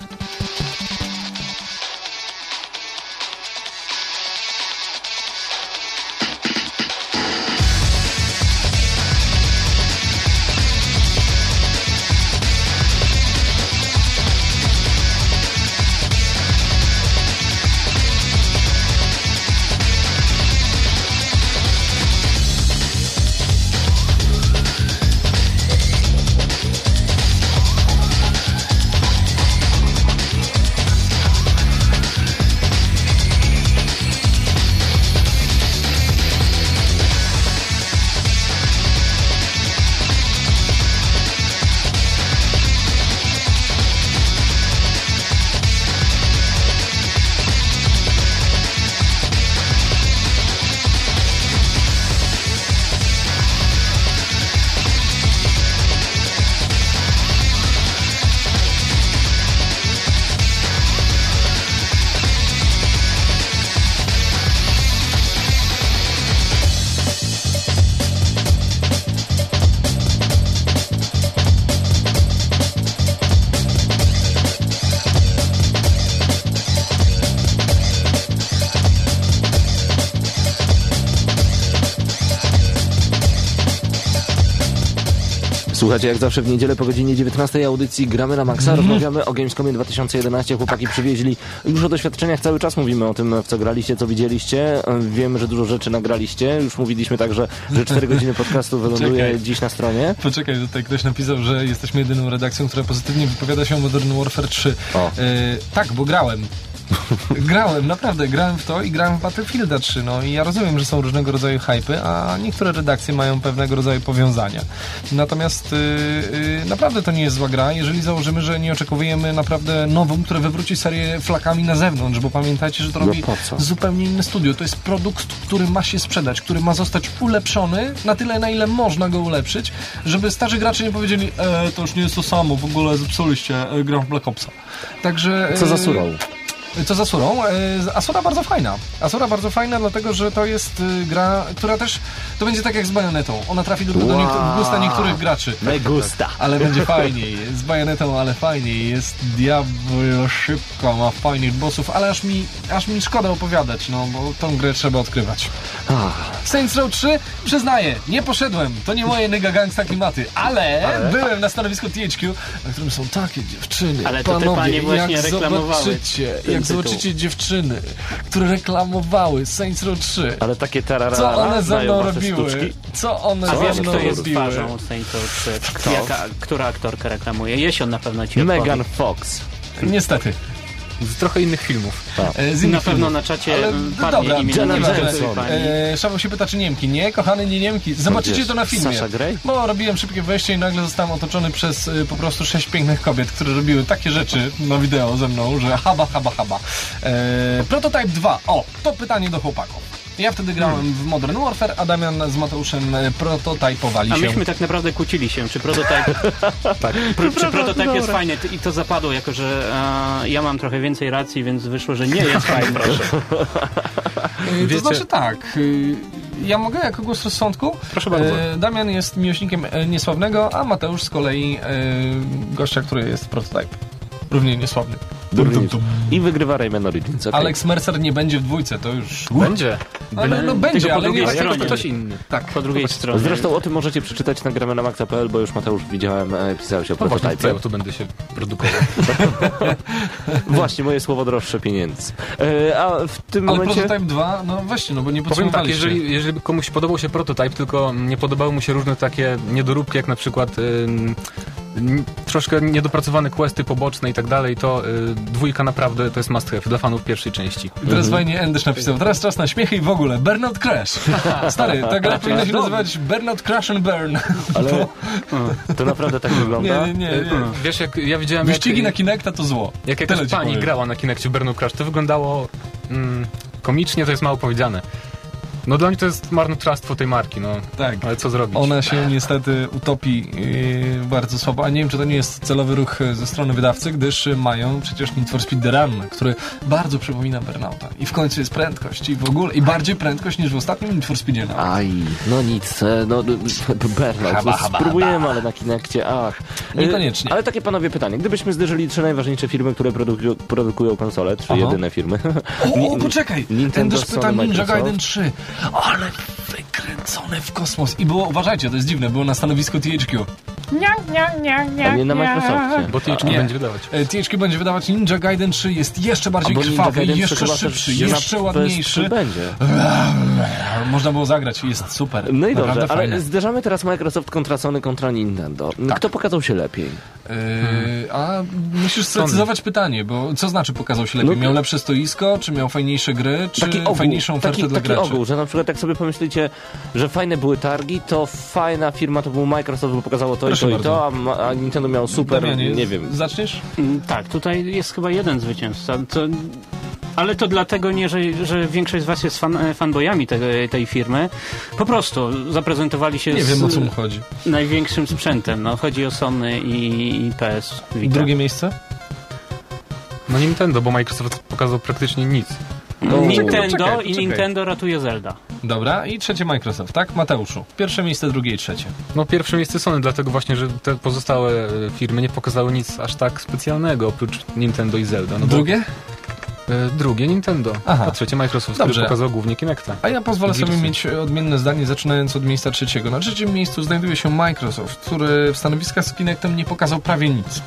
Słuchajcie, jak zawsze w niedzielę po godzinie dziewiętnastej audycji Gramy na Maxa. Rozmawiamy o Gamescomie dwa tysiące jedenaście. Chłopaki przywieźli już o doświadczeniach. Cały czas mówimy o tym, w co graliście, co widzieliście. Wiemy, że dużo rzeczy nagraliście. Już mówiliśmy także, że cztery godziny podcastu wyląduje Czekaj. dziś na stronie. Poczekaj, że tutaj ktoś napisał, że jesteśmy jedyną redakcją, która pozytywnie wypowiada się o Modern Warfare trzy. O. E, tak, bo grałem. Grałem, naprawdę, grałem w to i grałem w Battlefielda trzy, no i ja rozumiem, że są różnego rodzaju hypy, a niektóre redakcje mają pewnego rodzaju powiązania. Natomiast yy, yy, naprawdę to nie jest zła gra, jeżeli założymy, że nie oczekujemy naprawdę nową, które wywróci serię flakami na zewnątrz, bo pamiętajcie, że to robi no zupełnie inne studio. To jest produkt, który ma się sprzedać, który ma zostać ulepszony na tyle, na ile można go ulepszyć, żeby starzy gracze nie powiedzieli, e, to już nie jest to samo, w ogóle zepsuliście, e, gram w Black Opsa. Także... Co za surą? Co za surą? Asura bardzo fajna. Asura bardzo fajna, dlatego że to jest gra, która też, to będzie tak jak z Bajonetą. Ona trafi do, do wow. niektó- gusta niektórych graczy. Me gusta. Ale będzie fajniej. Z Bajonetą, ale fajniej. Jest diablo szybko, ma fajnych bossów, ale aż mi, aż mi szkoda opowiadać, no, bo tą grę trzeba odkrywać. Saints Row trzy, przyznaję, nie poszedłem. To nie moje Nigga Gangsta klimaty, ale, ale byłem na stanowisku T H Q, na którym są takie dziewczyny, ale to panowie, te panie właśnie jak reklamowały. Zobaczycie, jak zobaczycie dziewczyny, które reklamowały Saints Row trzy. Ale takie tarara. Co one ze mną robiły? Co one A ze wiesz, mną kto jest robiły? twarzą Saints Row trzy? Jaka, która aktorka reklamuje? Jesion na pewno ci Megan odpowie. Fox. Niestety. Z trochę innych filmów. E, z Na innych pewno filmów. na czacie Ale, padnie dobra, imię Jenna nazwisko Jameson. tej pani. E, Szaweł się pyta, czy Niemki. Nie, kochany, nie Niemki. Zobaczycie to na filmie. Sasha Grey? Bo robiłem szybkie wejście i nagle zostałem otoczony przez y, po prostu sześć pięknych kobiet, które robiły takie rzeczy na wideo ze mną, że haba, haba, haba. E, Prototype dwa. O, to pytanie do chłopaków. Ja wtedy grałem hmm. w Modern Warfare, a Damian z Mateuszem prototypowali a się. A myśmy tak naprawdę kłócili się, czy prototyp, tak, pr- czy prototyp jest fajny i to zapadło, jako że e, ja mam trochę więcej racji, więc wyszło, że nie jest fajny. Wiecie... To znaczy tak, ja mogę jako głos rozsądku? Proszę bardzo. Damian jest miłośnikiem Niesławnego, a Mateusz z kolei gościa, który jest prototyp. Równie niesławny. Dum, dum, dum. I wygrywa Rayman Origins. Okay. Alex Mercer nie będzie w dwójce, to już... Będzie. Ale, no będzie, ale nie jako tak ktoś inny. Tak, po drugiej stronie. Zresztą o tym możecie przeczytać na gramy na maxa kropka p l, bo już Mateusz widziałem, pisał się o no prototypie. Właśnie, tu będę się produkował. Właśnie, moje słowo droższe pieniędzy. E, a w tym ale momencie... Prototype dwa, no weźcie, no bo nie powiem tak, podsumowaliście. jeżeli, jeżeli komuś podobał się prototyp, tylko nie podobały mu się różne takie niedoróbki, jak na przykład y, troszkę niedopracowane questy poboczne i tak dalej, to y, dwójka naprawdę to jest must have dla fanów pierwszej części. I teraz mhm. fajnie Endysz napisał, teraz czas na śmiechy i w ogóle, Burnout Crash. Stary, ta gra powinna się nazywać Burnout Crash and Burn. Ale to naprawdę tak wygląda? Nie, nie, nie. nie. Wiesz, jak ja widziałem... Wyścigi jak, na Kinecta to zło. Jak jakaś pani powiem. grała na Kinectie w Burnout Crash, to wyglądało mm, komicznie, to jest mało powiedziane. No dla mnie to jest marnotrawstwo tej marki, no. Tak. Ale co zrobić? Ona się niestety utopi yy, bardzo słabo, a nie wiem, czy to nie jest celowy ruch ze strony wydawcy, gdyż mają przecież Need for Speed The Run, który bardzo przypomina Burnouta. I w końcu jest prędkość i w ogóle, i bardziej prędkość niż w ostatnim Need for Speedzie. No. Aj, no nic, no Burnout, haba, haba, spróbujemy, haba. Ale na Kinekcie, ach. Niekoniecznie. Ale takie panowie pytanie, gdybyśmy zderzyli trzy najważniejsze firmy, które produkują, produkują konsole, trzy Aha. jedyne firmy. O, o poczekaj! Nintendo, Endysz pyta Ninja Gaiden trzy. Ale wykręcone w kosmos. I było, uważajcie, to jest dziwne, było na stanowisku T H Q. Nie, nie, nie, nie. A nie na Microsoftie. Bo T H Q będzie wydawać. T H Q będzie wydawać Ninja Gaiden trzy, jest jeszcze bardziej krwawy, jeszcze szybszy, jeszcze ładniejszy. Będzie. Można było zagrać, jest super. No i dobrze, ale fajne. Zderzamy teraz Microsoft kontra Sony kontra Nintendo. Tak. Kto pokazał się lepiej? Yy, a musisz sprecyzować pytanie, bo co znaczy pokazał się lepiej? No, miał lepsze stoisko, czy miał fajniejsze gry, czy taki ogół, fajniejszą ofertę taki, dla taki graczy? Ogół, że na przykład jak sobie pomyślicie, że fajne były targi, to fajna firma to był Microsoft, bo pokazało to Proszę i to bardzo. i to, a, a Nintendo miał super, Damianie, nie wiem. Zaczniesz? Tak, tutaj jest chyba jeden zwycięzca. To... Ale to dlatego nie, że, że większość z was jest fan, fanboyami tej, tej firmy. Po prostu zaprezentowali się nie z wiem, o co mu chodzi. największym sprzętem. No, chodzi o Sony i, i P S Vita. Drugie miejsce? No Nintendo, bo Microsoft pokazał praktycznie nic. No, Nintendo czekaj, i czekaj. Nintendo ratuje Zelda. Dobra, i trzecie Microsoft, tak? Mateuszu, pierwsze miejsce, drugie i trzecie. No pierwsze miejsce Sony, dlatego właśnie, że te pozostałe firmy nie pokazały nic aż tak specjalnego, oprócz Nintendo i Zelda. No drugie? Bo, e, drugie Nintendo, Aha. a trzecie Microsoft, Dobrze. który pokazał głównie Kinecta. A ja pozwolę sobie mieć odmienne zdanie, zaczynając od miejsca trzeciego. Na trzecim miejscu znajduje się Microsoft, który w stanowiskach z Kinectem nie pokazał prawie nic.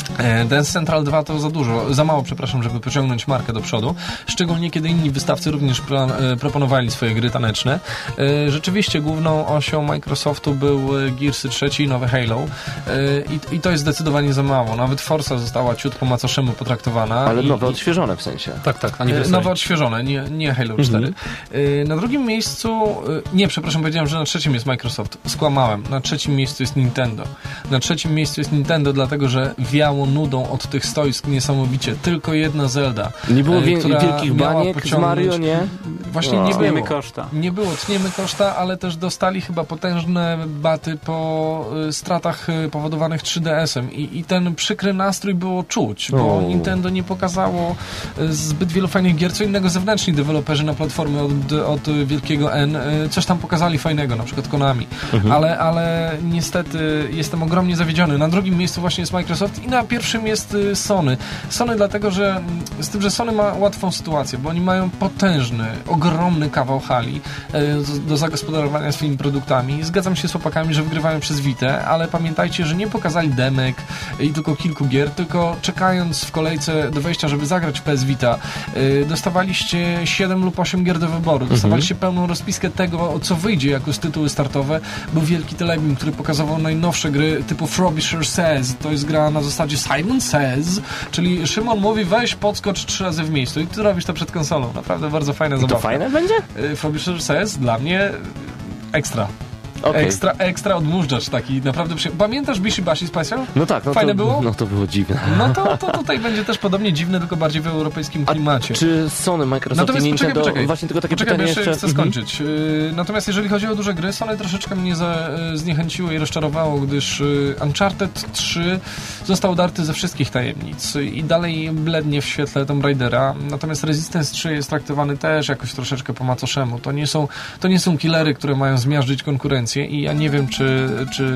Dance Central dwa to za dużo, za mało, przepraszam, żeby pociągnąć markę do przodu. Szczególnie kiedy inni wystawcy również pro, proponowali swoje gry taneczne. Rzeczywiście główną osią Microsoftu był Gearsy trzy, nowe Halo. I, I to jest zdecydowanie za mało. Nawet Forza została ciut po macoszemu potraktowana. Ale i, nowe odświeżone w sensie. Tak, tak. Anniversary. Nowe odświeżone, nie, nie Halo cztery. Mhm. Na drugim miejscu, nie, przepraszam, powiedziałem, że na trzecim jest Microsoft. Skłamałem. Na trzecim miejscu jest Nintendo. Na trzecim miejscu jest Nintendo, dlatego że wiało nudą od tych stoisk niesamowicie. Tylko jedna Zelda. Nie było wie- która wielkich miała baniek z pociągnąć... Mario, nie? Właśnie O. nie Tniemy było. koszta. Nie było, tniemy koszta, ale też dostali chyba potężne baty po y, stratach y, powodowanych trzy D S-em I, i ten przykry nastrój było czuć, bo O. Nintendo nie pokazało y, zbyt wielu fajnych gier, co innego zewnętrzni deweloperzy na platformie od, od wielkiego N y, coś tam pokazali fajnego, na przykład Konami, mhm. ale, ale niestety jestem ogromnie zawiedziony. Na drugim miejscu właśnie jest Microsoft i na pierwszym jest y, Sony. Sony dlatego, że z tym, że Sony ma łatwą sytuację, bo oni mają potężny, ogromny kawał hali y, do zagospodarowania swoimi produktami. Zgadzam się z chłopakami, że wygrywają przez Vitę, ale pamiętajcie, że nie pokazali demek i tylko kilku gier, tylko czekając w kolejce do wejścia, żeby zagrać w P S Vita, y, dostawaliście siedem lub osiem gier do wyboru. Dostawaliście mhm. pełną rozpiskę tego, co wyjdzie jako z tytuły startowe. Był wielki telebim, który pokazywał najnowsze gry typu Frobisher Says. To jest gra na zasadzie Simon Says, czyli Szymon mówi, weź podskocz trzy razy w miejscu i ty robisz to przed konsolą. Naprawdę bardzo fajna zabawa. To fajne będzie? Y, Frobisher Says dla mnie ekstra. Okay. Ekstra, ekstra odmóżdżacz taki, naprawdę przy... Pamiętasz Bishi Bashi Special? No tak. No Fajne to, było? No to było dziwne. No to, to tutaj będzie też podobnie dziwne, tylko bardziej w europejskim klimacie. A czy Sony, Microsoft Natomiast i Nintendo... Poczekaj, poczekaj. Właśnie tylko takie poczekaj, pytanie jeszcze... chcę Mhm. skończyć. Yy, natomiast jeżeli chodzi o duże gry, Sony troszeczkę mnie za, yy, zniechęciło i rozczarowało, gdyż yy, Uncharted trzy został darty ze wszystkich tajemnic i dalej blednie w świetle Tomb Raidera. Natomiast Resistance trzy jest traktowany też jakoś troszeczkę po macoszemu. To nie są, to nie są killery, które mają zmiażdżyć konkurencję i ja nie wiem, czy, czy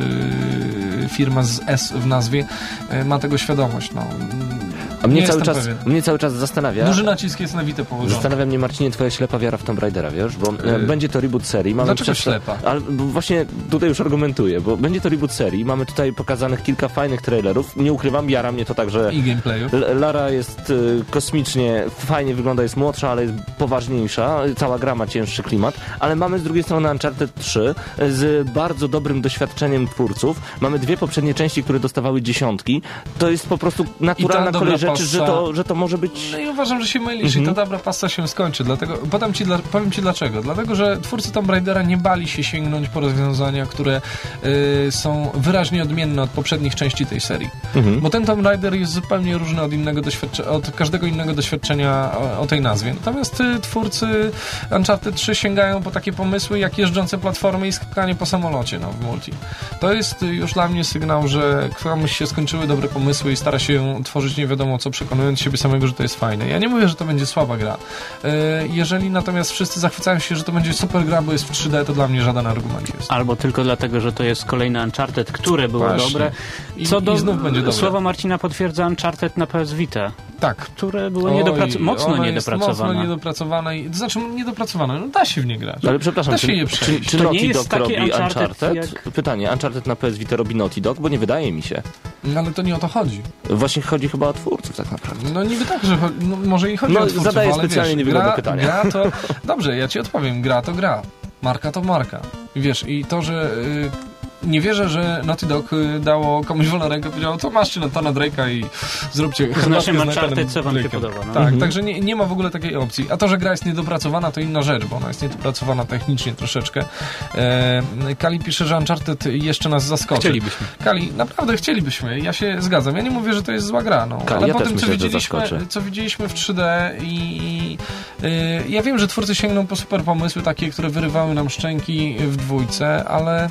firma z S w nazwie ma tego świadomość. No, A mnie nie cały, jestem czas, pewien. mnie cały czas zastanawia... Duży nacisk jest na Vitę położony. Zastanawia mnie, Marcinie, twoja ślepa wiara w Tomb Raidera, wiesz? Bo yy, będzie to reboot serii. Mamy dlaczego przez... ślepa? Ale właśnie tutaj już argumentuję, bo będzie to reboot serii. Mamy tutaj pokazanych kilka fajnych trailerów. Nie ukrywam, jara mnie to tak, że... I gameplayu. L- Lara jest y, kosmicznie, fajnie wygląda, jest młodsza, ale jest poważniejsza. Cała gra ma cięższy klimat. Ale mamy z drugiej strony Uncharted trzy z bardzo dobrym doświadczeniem twórców. Mamy dwie poprzednie części, które dostawały dziesiątki. To jest po prostu naturalna kolej rzeczy, passa... że to, że to może być... No i uważam, że się mylisz Mhm. i ta dobra pasta się skończy. Dlatego, podam ci dla, powiem ci dlaczego. Dlatego, że twórcy Tomb Raidera nie bali się sięgnąć po rozwiązania, które y, są wyraźnie odmienne od poprzednich części tej serii. Mhm. Bo ten Tomb Raider jest zupełnie różny od, innego doświadcze- od każdego innego doświadczenia o, o tej nazwie. Natomiast y, twórcy Uncharted trzy sięgają po takie pomysły jak jeżdżące platformy i skakanie po samolocie no, w multi. To jest y, już dla mnie sygnał, że komuś się skończyły dobre pomysły i stara się tworzyć nie wiadomo co, przekonując siebie samego, że to jest fajne. Ja nie mówię, że to będzie słaba gra. Jeżeli natomiast wszyscy zachwycają się, że to będzie super gra, bo jest w trzy D, to dla mnie żaden argument jest. Albo tylko dlatego, że to jest kolejne Uncharted, które było Właśnie. dobre. I, Co i do znów będzie dobre. słowa Marcina potwierdza Uncharted na P S Vita, Tak. które były Oj, niedoprac- mocno ona niedopracowane. jest mocno niedopracowane. I, to znaczy niedopracowane, no da się w nie grać. Ale przepraszam, da się czy, je czy, przejść. czy To nie Naughty jest Dog takie robi Uncharted Uncharted? jak- Pytanie, Uncharted na P S Vita robi Naughty Dog? Bo nie wydaje mi się. No, ale to nie o to chodzi. Właśnie chodzi chyba o twórców tak naprawdę. No niby tak, że cho- no, może i chodzi No, o twórców, zadaję ale specjalnie wiesz, niewygodne gra, pytania. Gra to... Dobrze, ja ci odpowiem. Gra to gra. Marka to marka. Wiesz, i to, że... Y- nie wierzę, że Naughty Dog y, dało komuś wolną rękę, powiedział, to macie Nathana Drake'a i zróbcie Z naszym Uncharted, co wam się Drake'em. podoba. No. Tak, Mhm. także nie, nie ma w ogóle takiej opcji. A to, że gra jest niedopracowana, to inna rzecz, bo ona jest niedopracowana technicznie troszeczkę. E, Kali pisze, że Uncharted jeszcze nas zaskoczy. Chcielibyśmy. Kali, naprawdę chcielibyśmy. Ja się zgadzam. Ja nie mówię, że to jest zła gra, no. Kali, Ale ja po też tym, co myślę, że widzieliśmy, zaskoczy. co widzieliśmy w trzy D i y, ja wiem, że twórcy sięgną po super pomysły, takie, które wyrywały nam szczęki w dwójce, ale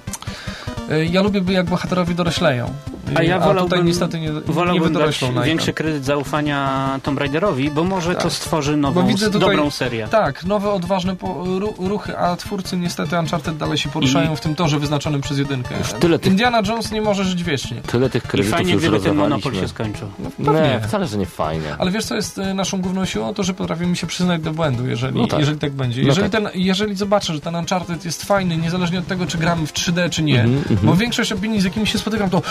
y, ja lubię, jak bohaterowie dorośleją. A ja tutaj wolałbym, niestety nie, nie wolałbym dać wydoroślą na większy ekran. kredyt zaufania Tomb Raiderowi, bo może Tak. to stworzy nową, Bo widzę tutaj- dobrą serię. Tak, nowe, odważne po, ru, ruchy, a twórcy niestety Uncharted dalej się poruszają I- w tym torze wyznaczonym przez jedynkę. Już tyle tych- Indiana Jones nie może żyć wiecznie. Tyle tych I kredytów fajnie, już gdyby ten monopol rozdawaliśmy. się skończył. No, Nie, pewnie. wcale, że nie fajnie. Ale wiesz, co jest y, naszą główną siłą? To, że potrafimy się przyznać do błędu, jeżeli, No tak. jeżeli tak będzie. No Jeżeli, tak. ten, jeżeli zobaczę, że ten Uncharted jest fajny, niezależnie od tego, czy gramy w trzy D, czy nie, Mhm, mhm. bo większość opinii, z jakimi się spotykam, to o,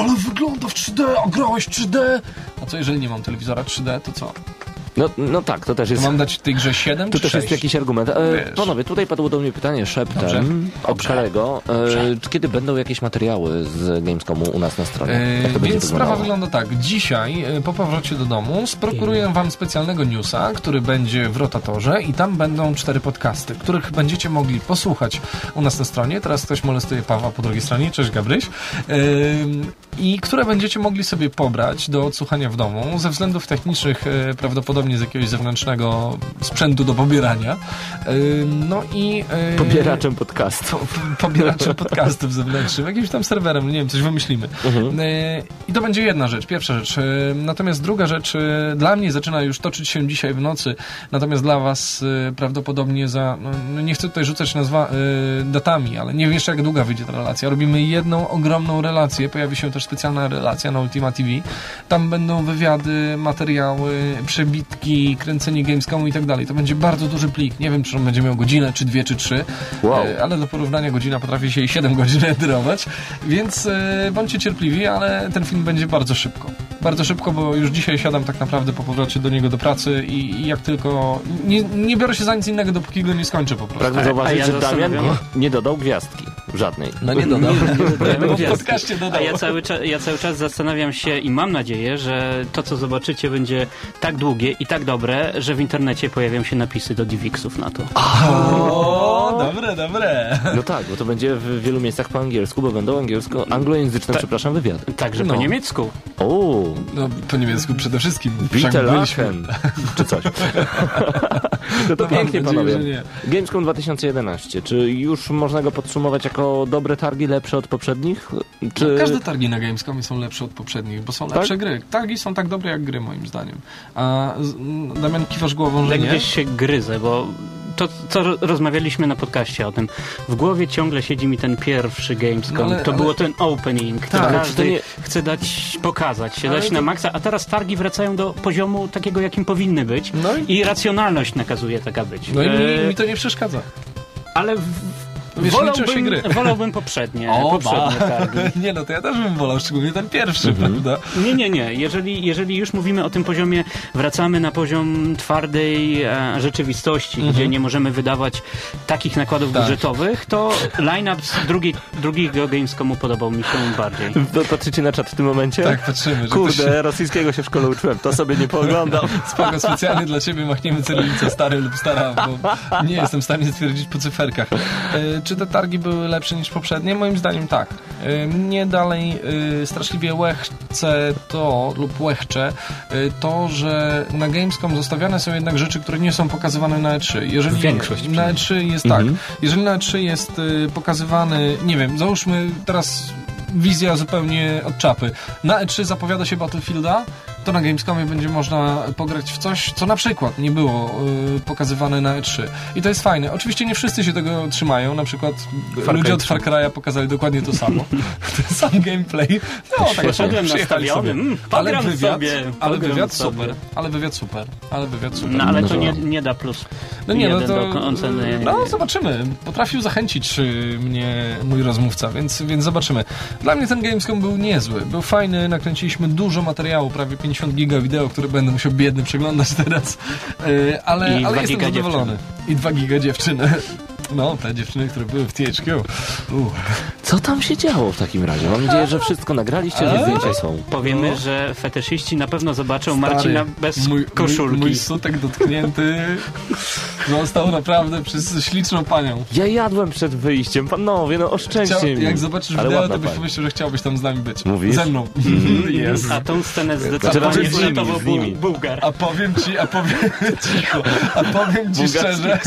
ale wygląda w trzy D, a grałeś w trzy D. A co jeżeli nie mam telewizora trzy D, to co? No, no tak, to też jest... To mam dać tej grze siedem Tu czy też sześć? jest jakiś argument. E, panowie, tutaj padło do mnie pytanie szeptem Dobrze. od Szarego. E, czy kiedy będą jakieś materiały z Gamescomu u nas na stronie? Jak to Yy, będzie więc sprawa wyglądało? wygląda tak. Dzisiaj yy, po powrocie do domu sprokuruję wam specjalnego newsa, który będzie w rotatorze i tam będą cztery podcasty, których będziecie mogli posłuchać u nas na stronie. Teraz ktoś molestuje Pawła po drugiej stronie. Cześć Gabryś. Yy, I które będziecie mogli sobie pobrać do odsłuchania w domu ze względów technicznych, yy, prawdopodobnie z jakiegoś zewnętrznego sprzętu do pobierania. Yy, no i... Yy, Pobieraczem podcastu. po, pobieraczem podcastów zewnętrznym, jakimś tam serwerem, nie wiem, coś wymyślimy. Mhm. Yy, I to będzie jedna rzecz, pierwsza rzecz. Yy, natomiast druga rzecz, yy, dla mnie zaczyna już toczyć się dzisiaj w nocy, natomiast dla was yy, prawdopodobnie za, no, nie chcę tutaj rzucać nazwa, yy, datami, ale nie wiem jeszcze jak długa wyjdzie ta relacja. Robimy jedną ogromną relację, pojawi się też specjalna relacja na Ultima T V. Tam będą wywiady, materiały, przebitki, kręcenie Gamescomu i tak dalej. To będzie bardzo duży plik. Nie wiem, czy on będzie miał godzinę, czy dwie, czy trzy. Wow. E, ale do porównania godzina potrafi się i siedem godzin edytować. Więc e, bądźcie cierpliwi, ale ten film będzie bardzo szybko. Bardzo szybko, bo już dzisiaj siadam tak naprawdę po powrocie do niego do pracy i, i jak tylko... Nie, nie biorę się za nic innego, dopóki go nie skończę po prostu. Pragnę A- a zauważyć, ja że Damian zastanawiam- nie dodał gwiazdki. Żadnej. No nie dodam. Bo w podcaście dodał. A ja cały, czas, ja cały czas zastanawiam się i mam nadzieję, że to, co zobaczycie, będzie tak długie i tak dobre, że w internecie pojawią się napisy do D V X-ów na to. O, dobre, dobre. No tak, bo to będzie w wielu miejscach po angielsku, bo będą angielsko, anglojęzyczne, Ta- przepraszam, wywiady. Także No. po niemiecku. O, No, po niemiecku przede wszystkim. Bitte Wszak byliśmy- Lachen, czy coś. No to No, pięknie, mam nadzieję, panowie. że nie. Gamescom dwa tysiące jedenaście, czy już można go podsumować jako dobre targi, lepsze od poprzednich? Czy... No, każde targi na Gamescomie są lepsze od poprzednich, bo są Tak? lepsze gry. Targi są tak dobre jak gry, moim zdaniem. A z- m, Damian, kiwasz głową, że Tak nie? gdzieś się gryzę, bo to, co ro- rozmawialiśmy na podcaście o tym, w głowie ciągle siedzi mi ten pierwszy Gamescom. No ale- to ale- było ten opening, to Tak, ale każdy czy to nie- chce dać, pokazać się, Ale dać to- na maksa, a teraz targi wracają do poziomu takiego, jakim powinny być No i, i racjonalność nakazuje taka być. no i mi, E, mi to nie przeszkadza. ale w, Wiesz, liczą się wolałbym, gry. wolałbym poprzednie, O, poprzednie ba. targi. Nie, no to ja też bym wolał, szczególnie ten pierwszy, prawda? Nie, nie, nie. Jeżeli, jeżeli już mówimy o tym poziomie, wracamy na poziom twardej e, rzeczywistości, gdzie nie możemy wydawać takich nakładów Tak. budżetowych, to line-up z drugiej, drugiego Gamescomu podobał mi się bardziej. Patrzycie na czat w tym momencie? Tak, patrzymy, że Kurde, ktoś... rosyjskiego się w szkole uczyłem, to sobie nie pooglądam. Spoko, specjalnie dla ciebie machniemy cyrylicę stary lub stara, bo nie jestem w stanie stwierdzić po cyferkach. E, czy te targi były lepsze niż poprzednie? Moim zdaniem tak. E, mnie dalej e, straszliwie łechce to, lub łechcze, e, to, że na Gamescom zostawiane są jednak rzeczy, które nie są pokazywane na E trzy. Jeżeli Większość na E trzy jest Mhm. tak. Jeżeli na E trzy jest e, pokazywany, nie wiem, załóżmy teraz wizja zupełnie od czapy. Na E trzy zapowiada się Battlefielda, to na Gamescomie będzie można pograć w coś, co na przykład nie było y, pokazywane na E trzy. I to jest fajne. Oczywiście nie wszyscy się tego trzymają. Na przykład Far ludzie Cry od Far Cry'a pokazali dokładnie to samo. Ten sam gameplay. No, tak Poszedłem przyjechali nastawiony, sobie. mm, Ale pogram wywiad, sobie, ale pogram wywiad sobie. super. Ale wywiad super. Ale wywiad super. No ale No to to- nie, nie da plus. No nie, no jeden to... do oceny. No zobaczymy. Potrafił zachęcić y, mnie mój rozmówca, więc, więc zobaczymy. Dla mnie ten Gamescom był niezły. Był fajny, nakręciliśmy dużo materiału, prawie pięćdziesiąt giga wideo, które będę musiał biedny przeglądać teraz. Y, ale I ale dwa jestem giga zadowolony. I dwa giga dziewczyny. No, te dziewczyny, które były w T H Q. Uh. Co tam się działo w takim razie? Mam nadzieję, że wszystko nagraliście, że zdjęcia są. Powiemy, No. że fetyszyści na pewno zobaczą Stary, Marcina bez mój, koszulki. Mój, mój sutek dotknięty został naprawdę przez śliczną panią. Ja jadłem przed wyjściem, panowie, no oszczędźcie Chciał, mi. jak zobaczysz Ale wideo, ładna to byś pani. pomyślał, że chciałbyś tam z nami być. Mówisz? Ze mną. Jest. A tą scenę Znaczy, zdecydowanie z nimi, uratował z nimi. Bułgar. A powiem ci, a powiem cicho, a powiem ci szczerze,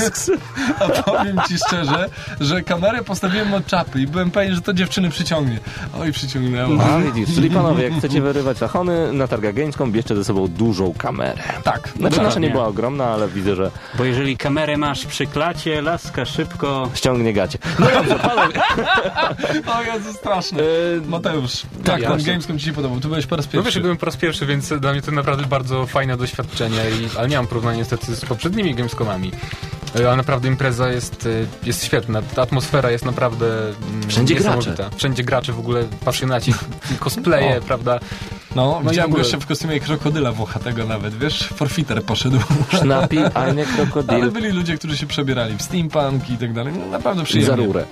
a powiem ci szczerze, że kamerę postawiłem od czapy i byłem pewien, że to dziewczyny przyciągnie. Oj, przyciągnęło. A widzisz, czyli panowie, jak chcecie wyrywać rachony na targach Gamescom, bierzcie ze sobą dużą kamerę. Tak. Znaczy nasza Dokładnie. nie była ogromna, ale widzę, że Bo jeżeli kamerę masz przy klacie, laska szybko... ściągnie gacie. No dobrze, panowie. O Jezu, straszne. E, Mateusz, tak, tak, ten właśnie. Gamescom ci się podobał. Tu byłeś po raz No wiesz, pierwszy. byłem po raz pierwszy, więc dla mnie to naprawdę bardzo fajne doświadczenie, i, ale nie mam porównania niestety z poprzednimi Gamescomami. Ale naprawdę impreza jest, jest świetna. Ta atmosfera jest naprawdę Wszędzie niesamowita. gracze. Wszędzie gracze, w ogóle pasjonaci, cosplaye, O. prawda? No, No i widziałem w ogóle- gościa w kostiumie krokodyla włochatego nawet, wiesz? Forfiter poszedł. Sznapi, a nie krokodyl. Ale byli ludzie, którzy się przebierali w steampunk i tak dalej. No, naprawdę przyjemnie. Za rurę.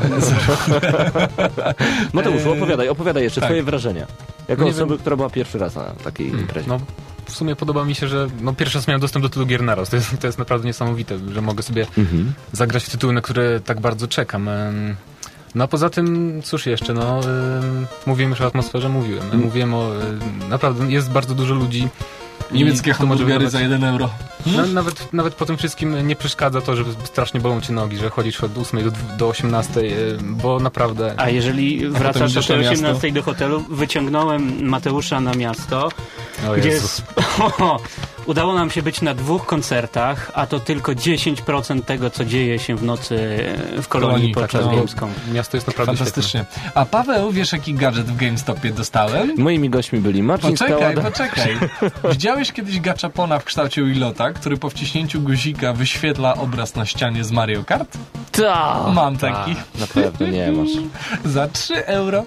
Mateuszu, opowiadaj, opowiadaj jeszcze tak. twoje wrażenia. Jako No nie osoby, wiem. która była pierwszy raz na takiej imprezie. No, w sumie podoba mi się, że no, pierwszy raz miałem dostęp do tylu gier naraz. To jest, to jest naprawdę niesamowite, że mogę sobie Mhm. zagrać w tytuły, na które tak bardzo czekam. Em, No a poza tym, cóż jeszcze, no em, mówiłem już o atmosferze, mówiłem. Mm. Mówiłem o... em, Naprawdę jest bardzo dużo ludzi. i Niemieckie to może hamburgery wydawać- za jeden euro. No, nawet, nawet po tym wszystkim nie przeszkadza to, że strasznie bolą cię nogi, że chodzisz od ósmej do, do osiemnastej, y, bo naprawdę... A jeżeli wracasz do idziesz tej na miasto? osiemnastej do hotelu, wyciągnąłem Mateusza na miasto, O gdzie Jezu. jest, udało nam się być na dwóch koncertach, a to tylko dziesięć procent tego, co dzieje się w nocy w Kolonii Kolonii, podczas tak, no. Gamescom. Miasto jest naprawdę Fantastycznie. A Paweł, wiesz jaki gadżet w GameStopie dostałem? Moimi gośćmi byli Marcin Poczekaj, Skałada. poczekaj. Widziałeś kiedyś gaczapona w kształcie Willota, który po wciśnięciu guzika wyświetla obraz na ścianie z Mario Kart? Ta, Mam ta, taki. Na pewno nie masz. Za trzy euro.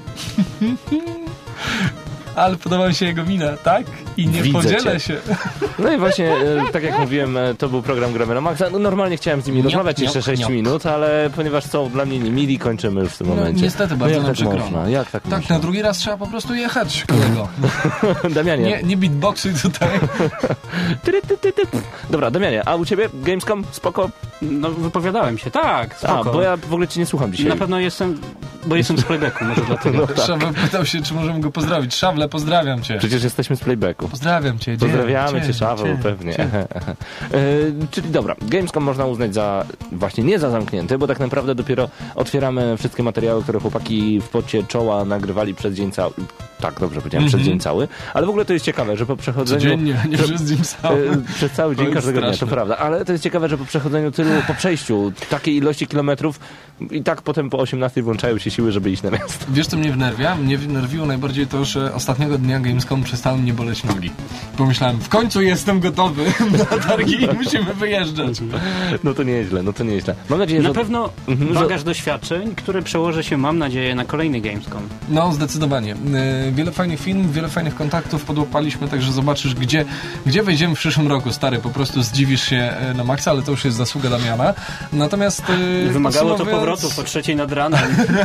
Ale podoba mi się jego mina, tak? I nie Widzę podzielę cię. się. No i właśnie, e, tak jak mówiłem, e, to był program Gramy na Maxa. No, normalnie chciałem z nimi Niop, rozmawiać niop, jeszcze sześć niop. minut, ale ponieważ są dla mnie niemili, kończymy już w tym No, momencie. niestety, bardzo no, nam jak tak przykro. można? Jak tak, Tak, można? na drugi raz trzeba po prostu jechać, kolego. Damianie. Nie, nie beatboxuj tutaj. Tyry, ty, ty, ty. Dobra, Damianie, a u ciebie Gamescom? Spoko? No wypowiadałem się, tak, spoko. A, bo ja w ogóle cię nie słucham dzisiaj. Na pewno jestem, bo jestem z playbacku, może dlatego. No tak. Szaweł pytał się, czy możemy go pozdrowić. Szawle, pozdrawiam cię. Przecież jesteśmy z playbacku. Pozdrawiam cię. Pozdrawiamy Cię, cię, Szaweł, cię, pewnie. cię. E, czyli dobra, Gamescom można uznać za, właśnie nie za zamknięty, bo tak naprawdę dopiero otwieramy wszystkie materiały, które chłopaki w pocie czoła nagrywali przez dzień cały. Tak, dobrze powiedziałem, przez Mhm. dzień cały. Ale w ogóle to jest ciekawe, że po przechodzeniu... Codziennie, nie że- przez dzień cały. E, Przez cały dzień jest każdego dnia, to straszne. prawda. Ale to jest ciekawe, że po przechodzeniu tylu, po przejściu takiej ilości kilometrów i tak potem po osiemnastej włączają się siły, żeby iść na miasto. Wiesz, co mnie wnerwia? Mnie wnerwiło najbardziej to, że ostatniego dnia Gamescom przestały mnie boleć nogi. Pomyślałem, w końcu jestem gotowy na targi i musimy wyjeżdżać. No to nieźle, no to nieźle. Mam nadzieję, Na że... pewno Mhm, że- bagaż doświadczeń, który przełoży się, mam nadzieję, na kolejny Gamescom. No, zdecydowanie. Yy, wiele fajnych filmów, wiele fajnych kontaktów podłapaliśmy, także zobaczysz, gdzie, gdzie wejdziemy w przyszłym roku, stary. Po prostu zdziwisz się e, na maksa, ale to już jest zasługa Damiana. Natomiast yy, Wymagało to podsumowując- powrotu po trzeciej nad ranem.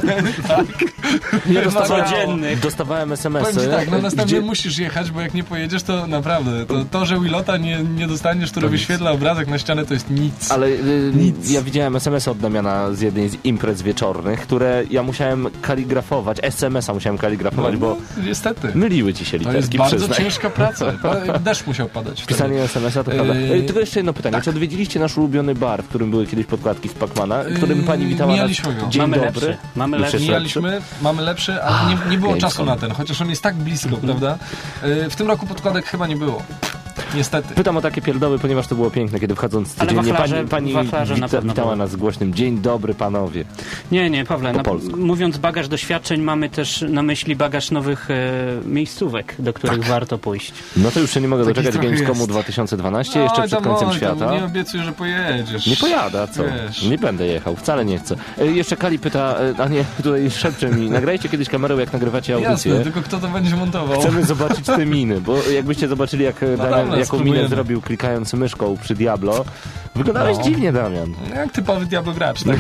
Nie dostawałem- Codziennych. Dostawałem es em esy. Powiem ci tak, no następnie gdzie- musisz jechać, bo jak nie pojedziesz, to naprawdę, to, to że Willota nie, nie dostaniesz, który To nic. wyświetla obrazek na ścianę, to jest nic. Ale y, Nic. ja widziałem es em esy od Damiana z jednej z imprez wieczornych, które ja musiałem kaligrafować, es em esa musiałem kaligrafować, bo No, niestety. myliły ci się To literki, jest bardzo przyznaj. ciężka praca. Pa- Deszcz musiał padać wtedy. Pisanie es em esa to prawda. Yy, Yy, Tylko jeszcze jedno pytanie. Czy odwiedziliście nasz ulubiony bar, w którym były kiedyś podkładki z Pacmana, w którym pani Yy, witała nas? mijaliśmy go. Dzień Mamy dobry. lepszy. Mamy I lepszy. przyszedł- Mijaliśmy, mamy lepszy, ale nie, nie było Gamescom. czasu na ten, chociaż on jest tak blisko, prawda? Yy, W tym roku podkładek chyba nie było. Niestety. Pytam o takie pierdoły, ponieważ to było piękne, kiedy wchodząc Ale codziennie wachlarze- pani, pani wachlarze na wita, pewno witała były. nas głośnym dzień dobry panowie. Nie, nie, Pawle, Po na, polsku. mówiąc bagaż doświadczeń, mamy też na myśli bagaż nowych e, miejscówek, do których Tak. warto pójść. No to już się nie mogę Takich doczekać trochę Gamescomu jest. dwa tysiące dwanaście, jeszcze Oj, przed tam, końcem oj, tam, świata. Nie obiecuj, że pojedziesz. Nie pojada, co? Wiesz. Nie będę jechał, wcale nie chcę. E, jeszcze Kali pyta, e, a nie, tutaj szepcze mi, nagrajcie kiedyś kamerę, jak nagrywacie audycję. Jasne, tylko kto to będzie montował? Chcemy zobaczyć te miny, bo jakbyście zobaczyli, jak e, Damian, dobra, jaką spróbujemy. minę zrobił klikając myszką przy Diablo. Wyglądałeś No. dziwnie, Damian. Jak typowy Diablo gracz, tak?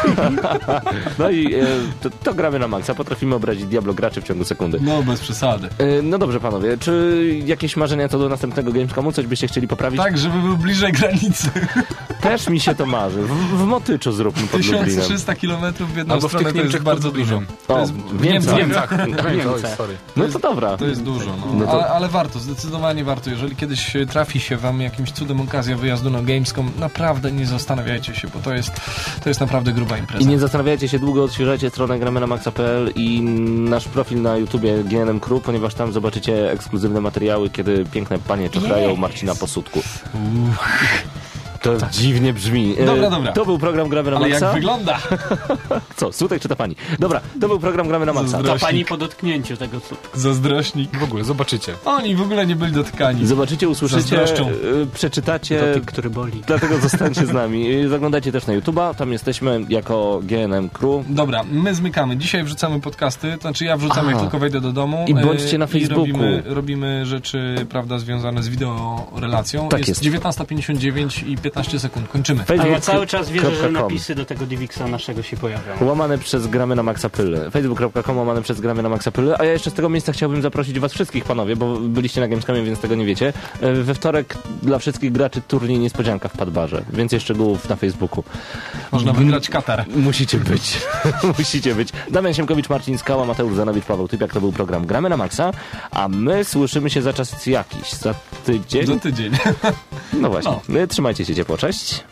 No i e, to, to gramy na maksa, potrafimy obrazić Diablo graczy w ciągu sekundy. No, bez przesady. E, no dobrze, panowie, czy jakieś marzenia co do następnego Gamescomu? Coś byście chcieli poprawić? Tak, żeby był bliżej granicy. Też mi się to marzy. W, w Motyczu zróbmy pod tysiąc Lublinem. trzysta kilometrów w jedną Albo w stronę tych to jest Niemczech bardzo pod dużo. Lublinem. To O, jest w w Niemczech. Niemczech. Niemcy. Oj, sorry. No to dobra. To jest dużo, no. No to- ale, ale warto, zdecydowanie warto. Jeżeli kiedyś e, trafi się wam jakimś cudem okazja wyjazdu na Gamescom, naprawdę nie zastanawiajcie się, bo to jest, to jest naprawdę gruba impreza. I nie zastanawiajcie się długo, odświeżajcie stronę gramy na maxa kropka p l i nasz profil na YouTubie G N M Crew, ponieważ tam zobaczycie ekskluzywne materiały, kiedy piękne panie czochrają Marcina po sutku. To tak. dziwnie brzmi. Dobra, dobra. To był program Gramy na Ale Maxa. jak wygląda? Co, Sutek czy ta pani? Dobra, to był program Gramy na Maxa. Zazdrośnik. Ta pani po dotknięciu tego co. Zazdrośnik. W ogóle, zobaczycie. Oni w ogóle nie byli dotykani. Zobaczycie, usłyszycie, Zazdroszczą. y, przeczytacie. Dotyk, który boli. Dlatego zostańcie z nami. Y, Zaglądajcie też na YouTube'a, tam jesteśmy jako G N M Crew. Dobra, my zmykamy. Dzisiaj wrzucamy podcasty, to znaczy ja wrzucam, Aha. jak tylko wejdę do domu. I bądźcie na e, Facebooku. I robimy, robimy rzeczy, prawda, związane z wideorelacją. Tak jest jest. dziewiętnasta pięćdziesiąt dziewięć i piętnaście sekund. Kończymy. A ja cały czas wierzę, że facebook kropka com. napisy do tego Divixa naszego się pojawią. Łamane przez Gramy na Maxa Pyly. facebook kropka com łamane przez Gramy na Maxa Pyly. A ja jeszcze z tego miejsca chciałbym zaprosić was wszystkich, panowie, bo byliście na Gamescomie, więc tego nie wiecie. E, We wtorek dla wszystkich graczy turniej niespodzianka w Padbarze. Więcej szczegółów na Facebooku. Można wygrać Katar. Musicie być. Musicie być. Damian Siemkowicz, Marcin Skała, Mateusz Zanowicz, Paweł Typiak. To był program Gramy na Maxa, a my słyszymy się za czas jakiś. Za tydzień? Za tydzień. No właśnie. No. Trzymajcie się ciepło. Cześć.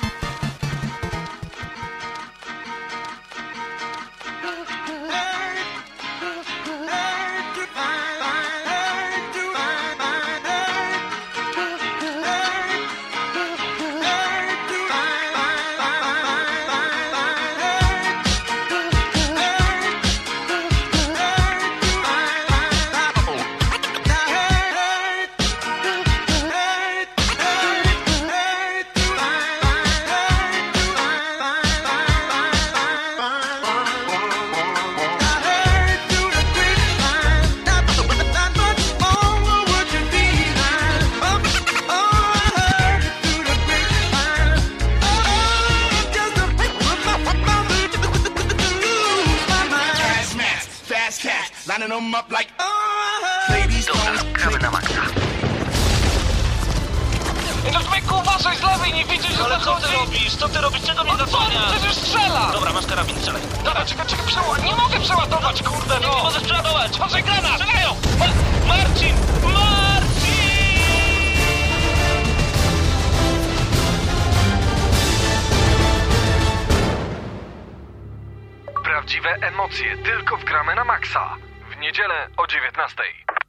Lining them up like, oh, ladies don't Gramy na Maxa. No człowieku, uważaj z lewej, nie widzisz, że Ale co ty zachodzi? robisz? Co ty robisz? Czego mnie No co? zasłaniasz? Przecież strzela! Dobra, masz karabin, strzelaj. Dobra, czekaj, czekaj, przeładować. Nie mogę przeładować, kurde, Nie, nie no! możesz przeładować. Uważaj, granat! Strzelają! Ma- Marcin! Marcin! Prawdziwe emocje tylko w Gramy na Maxa. W niedzielę o dziewiętnastej.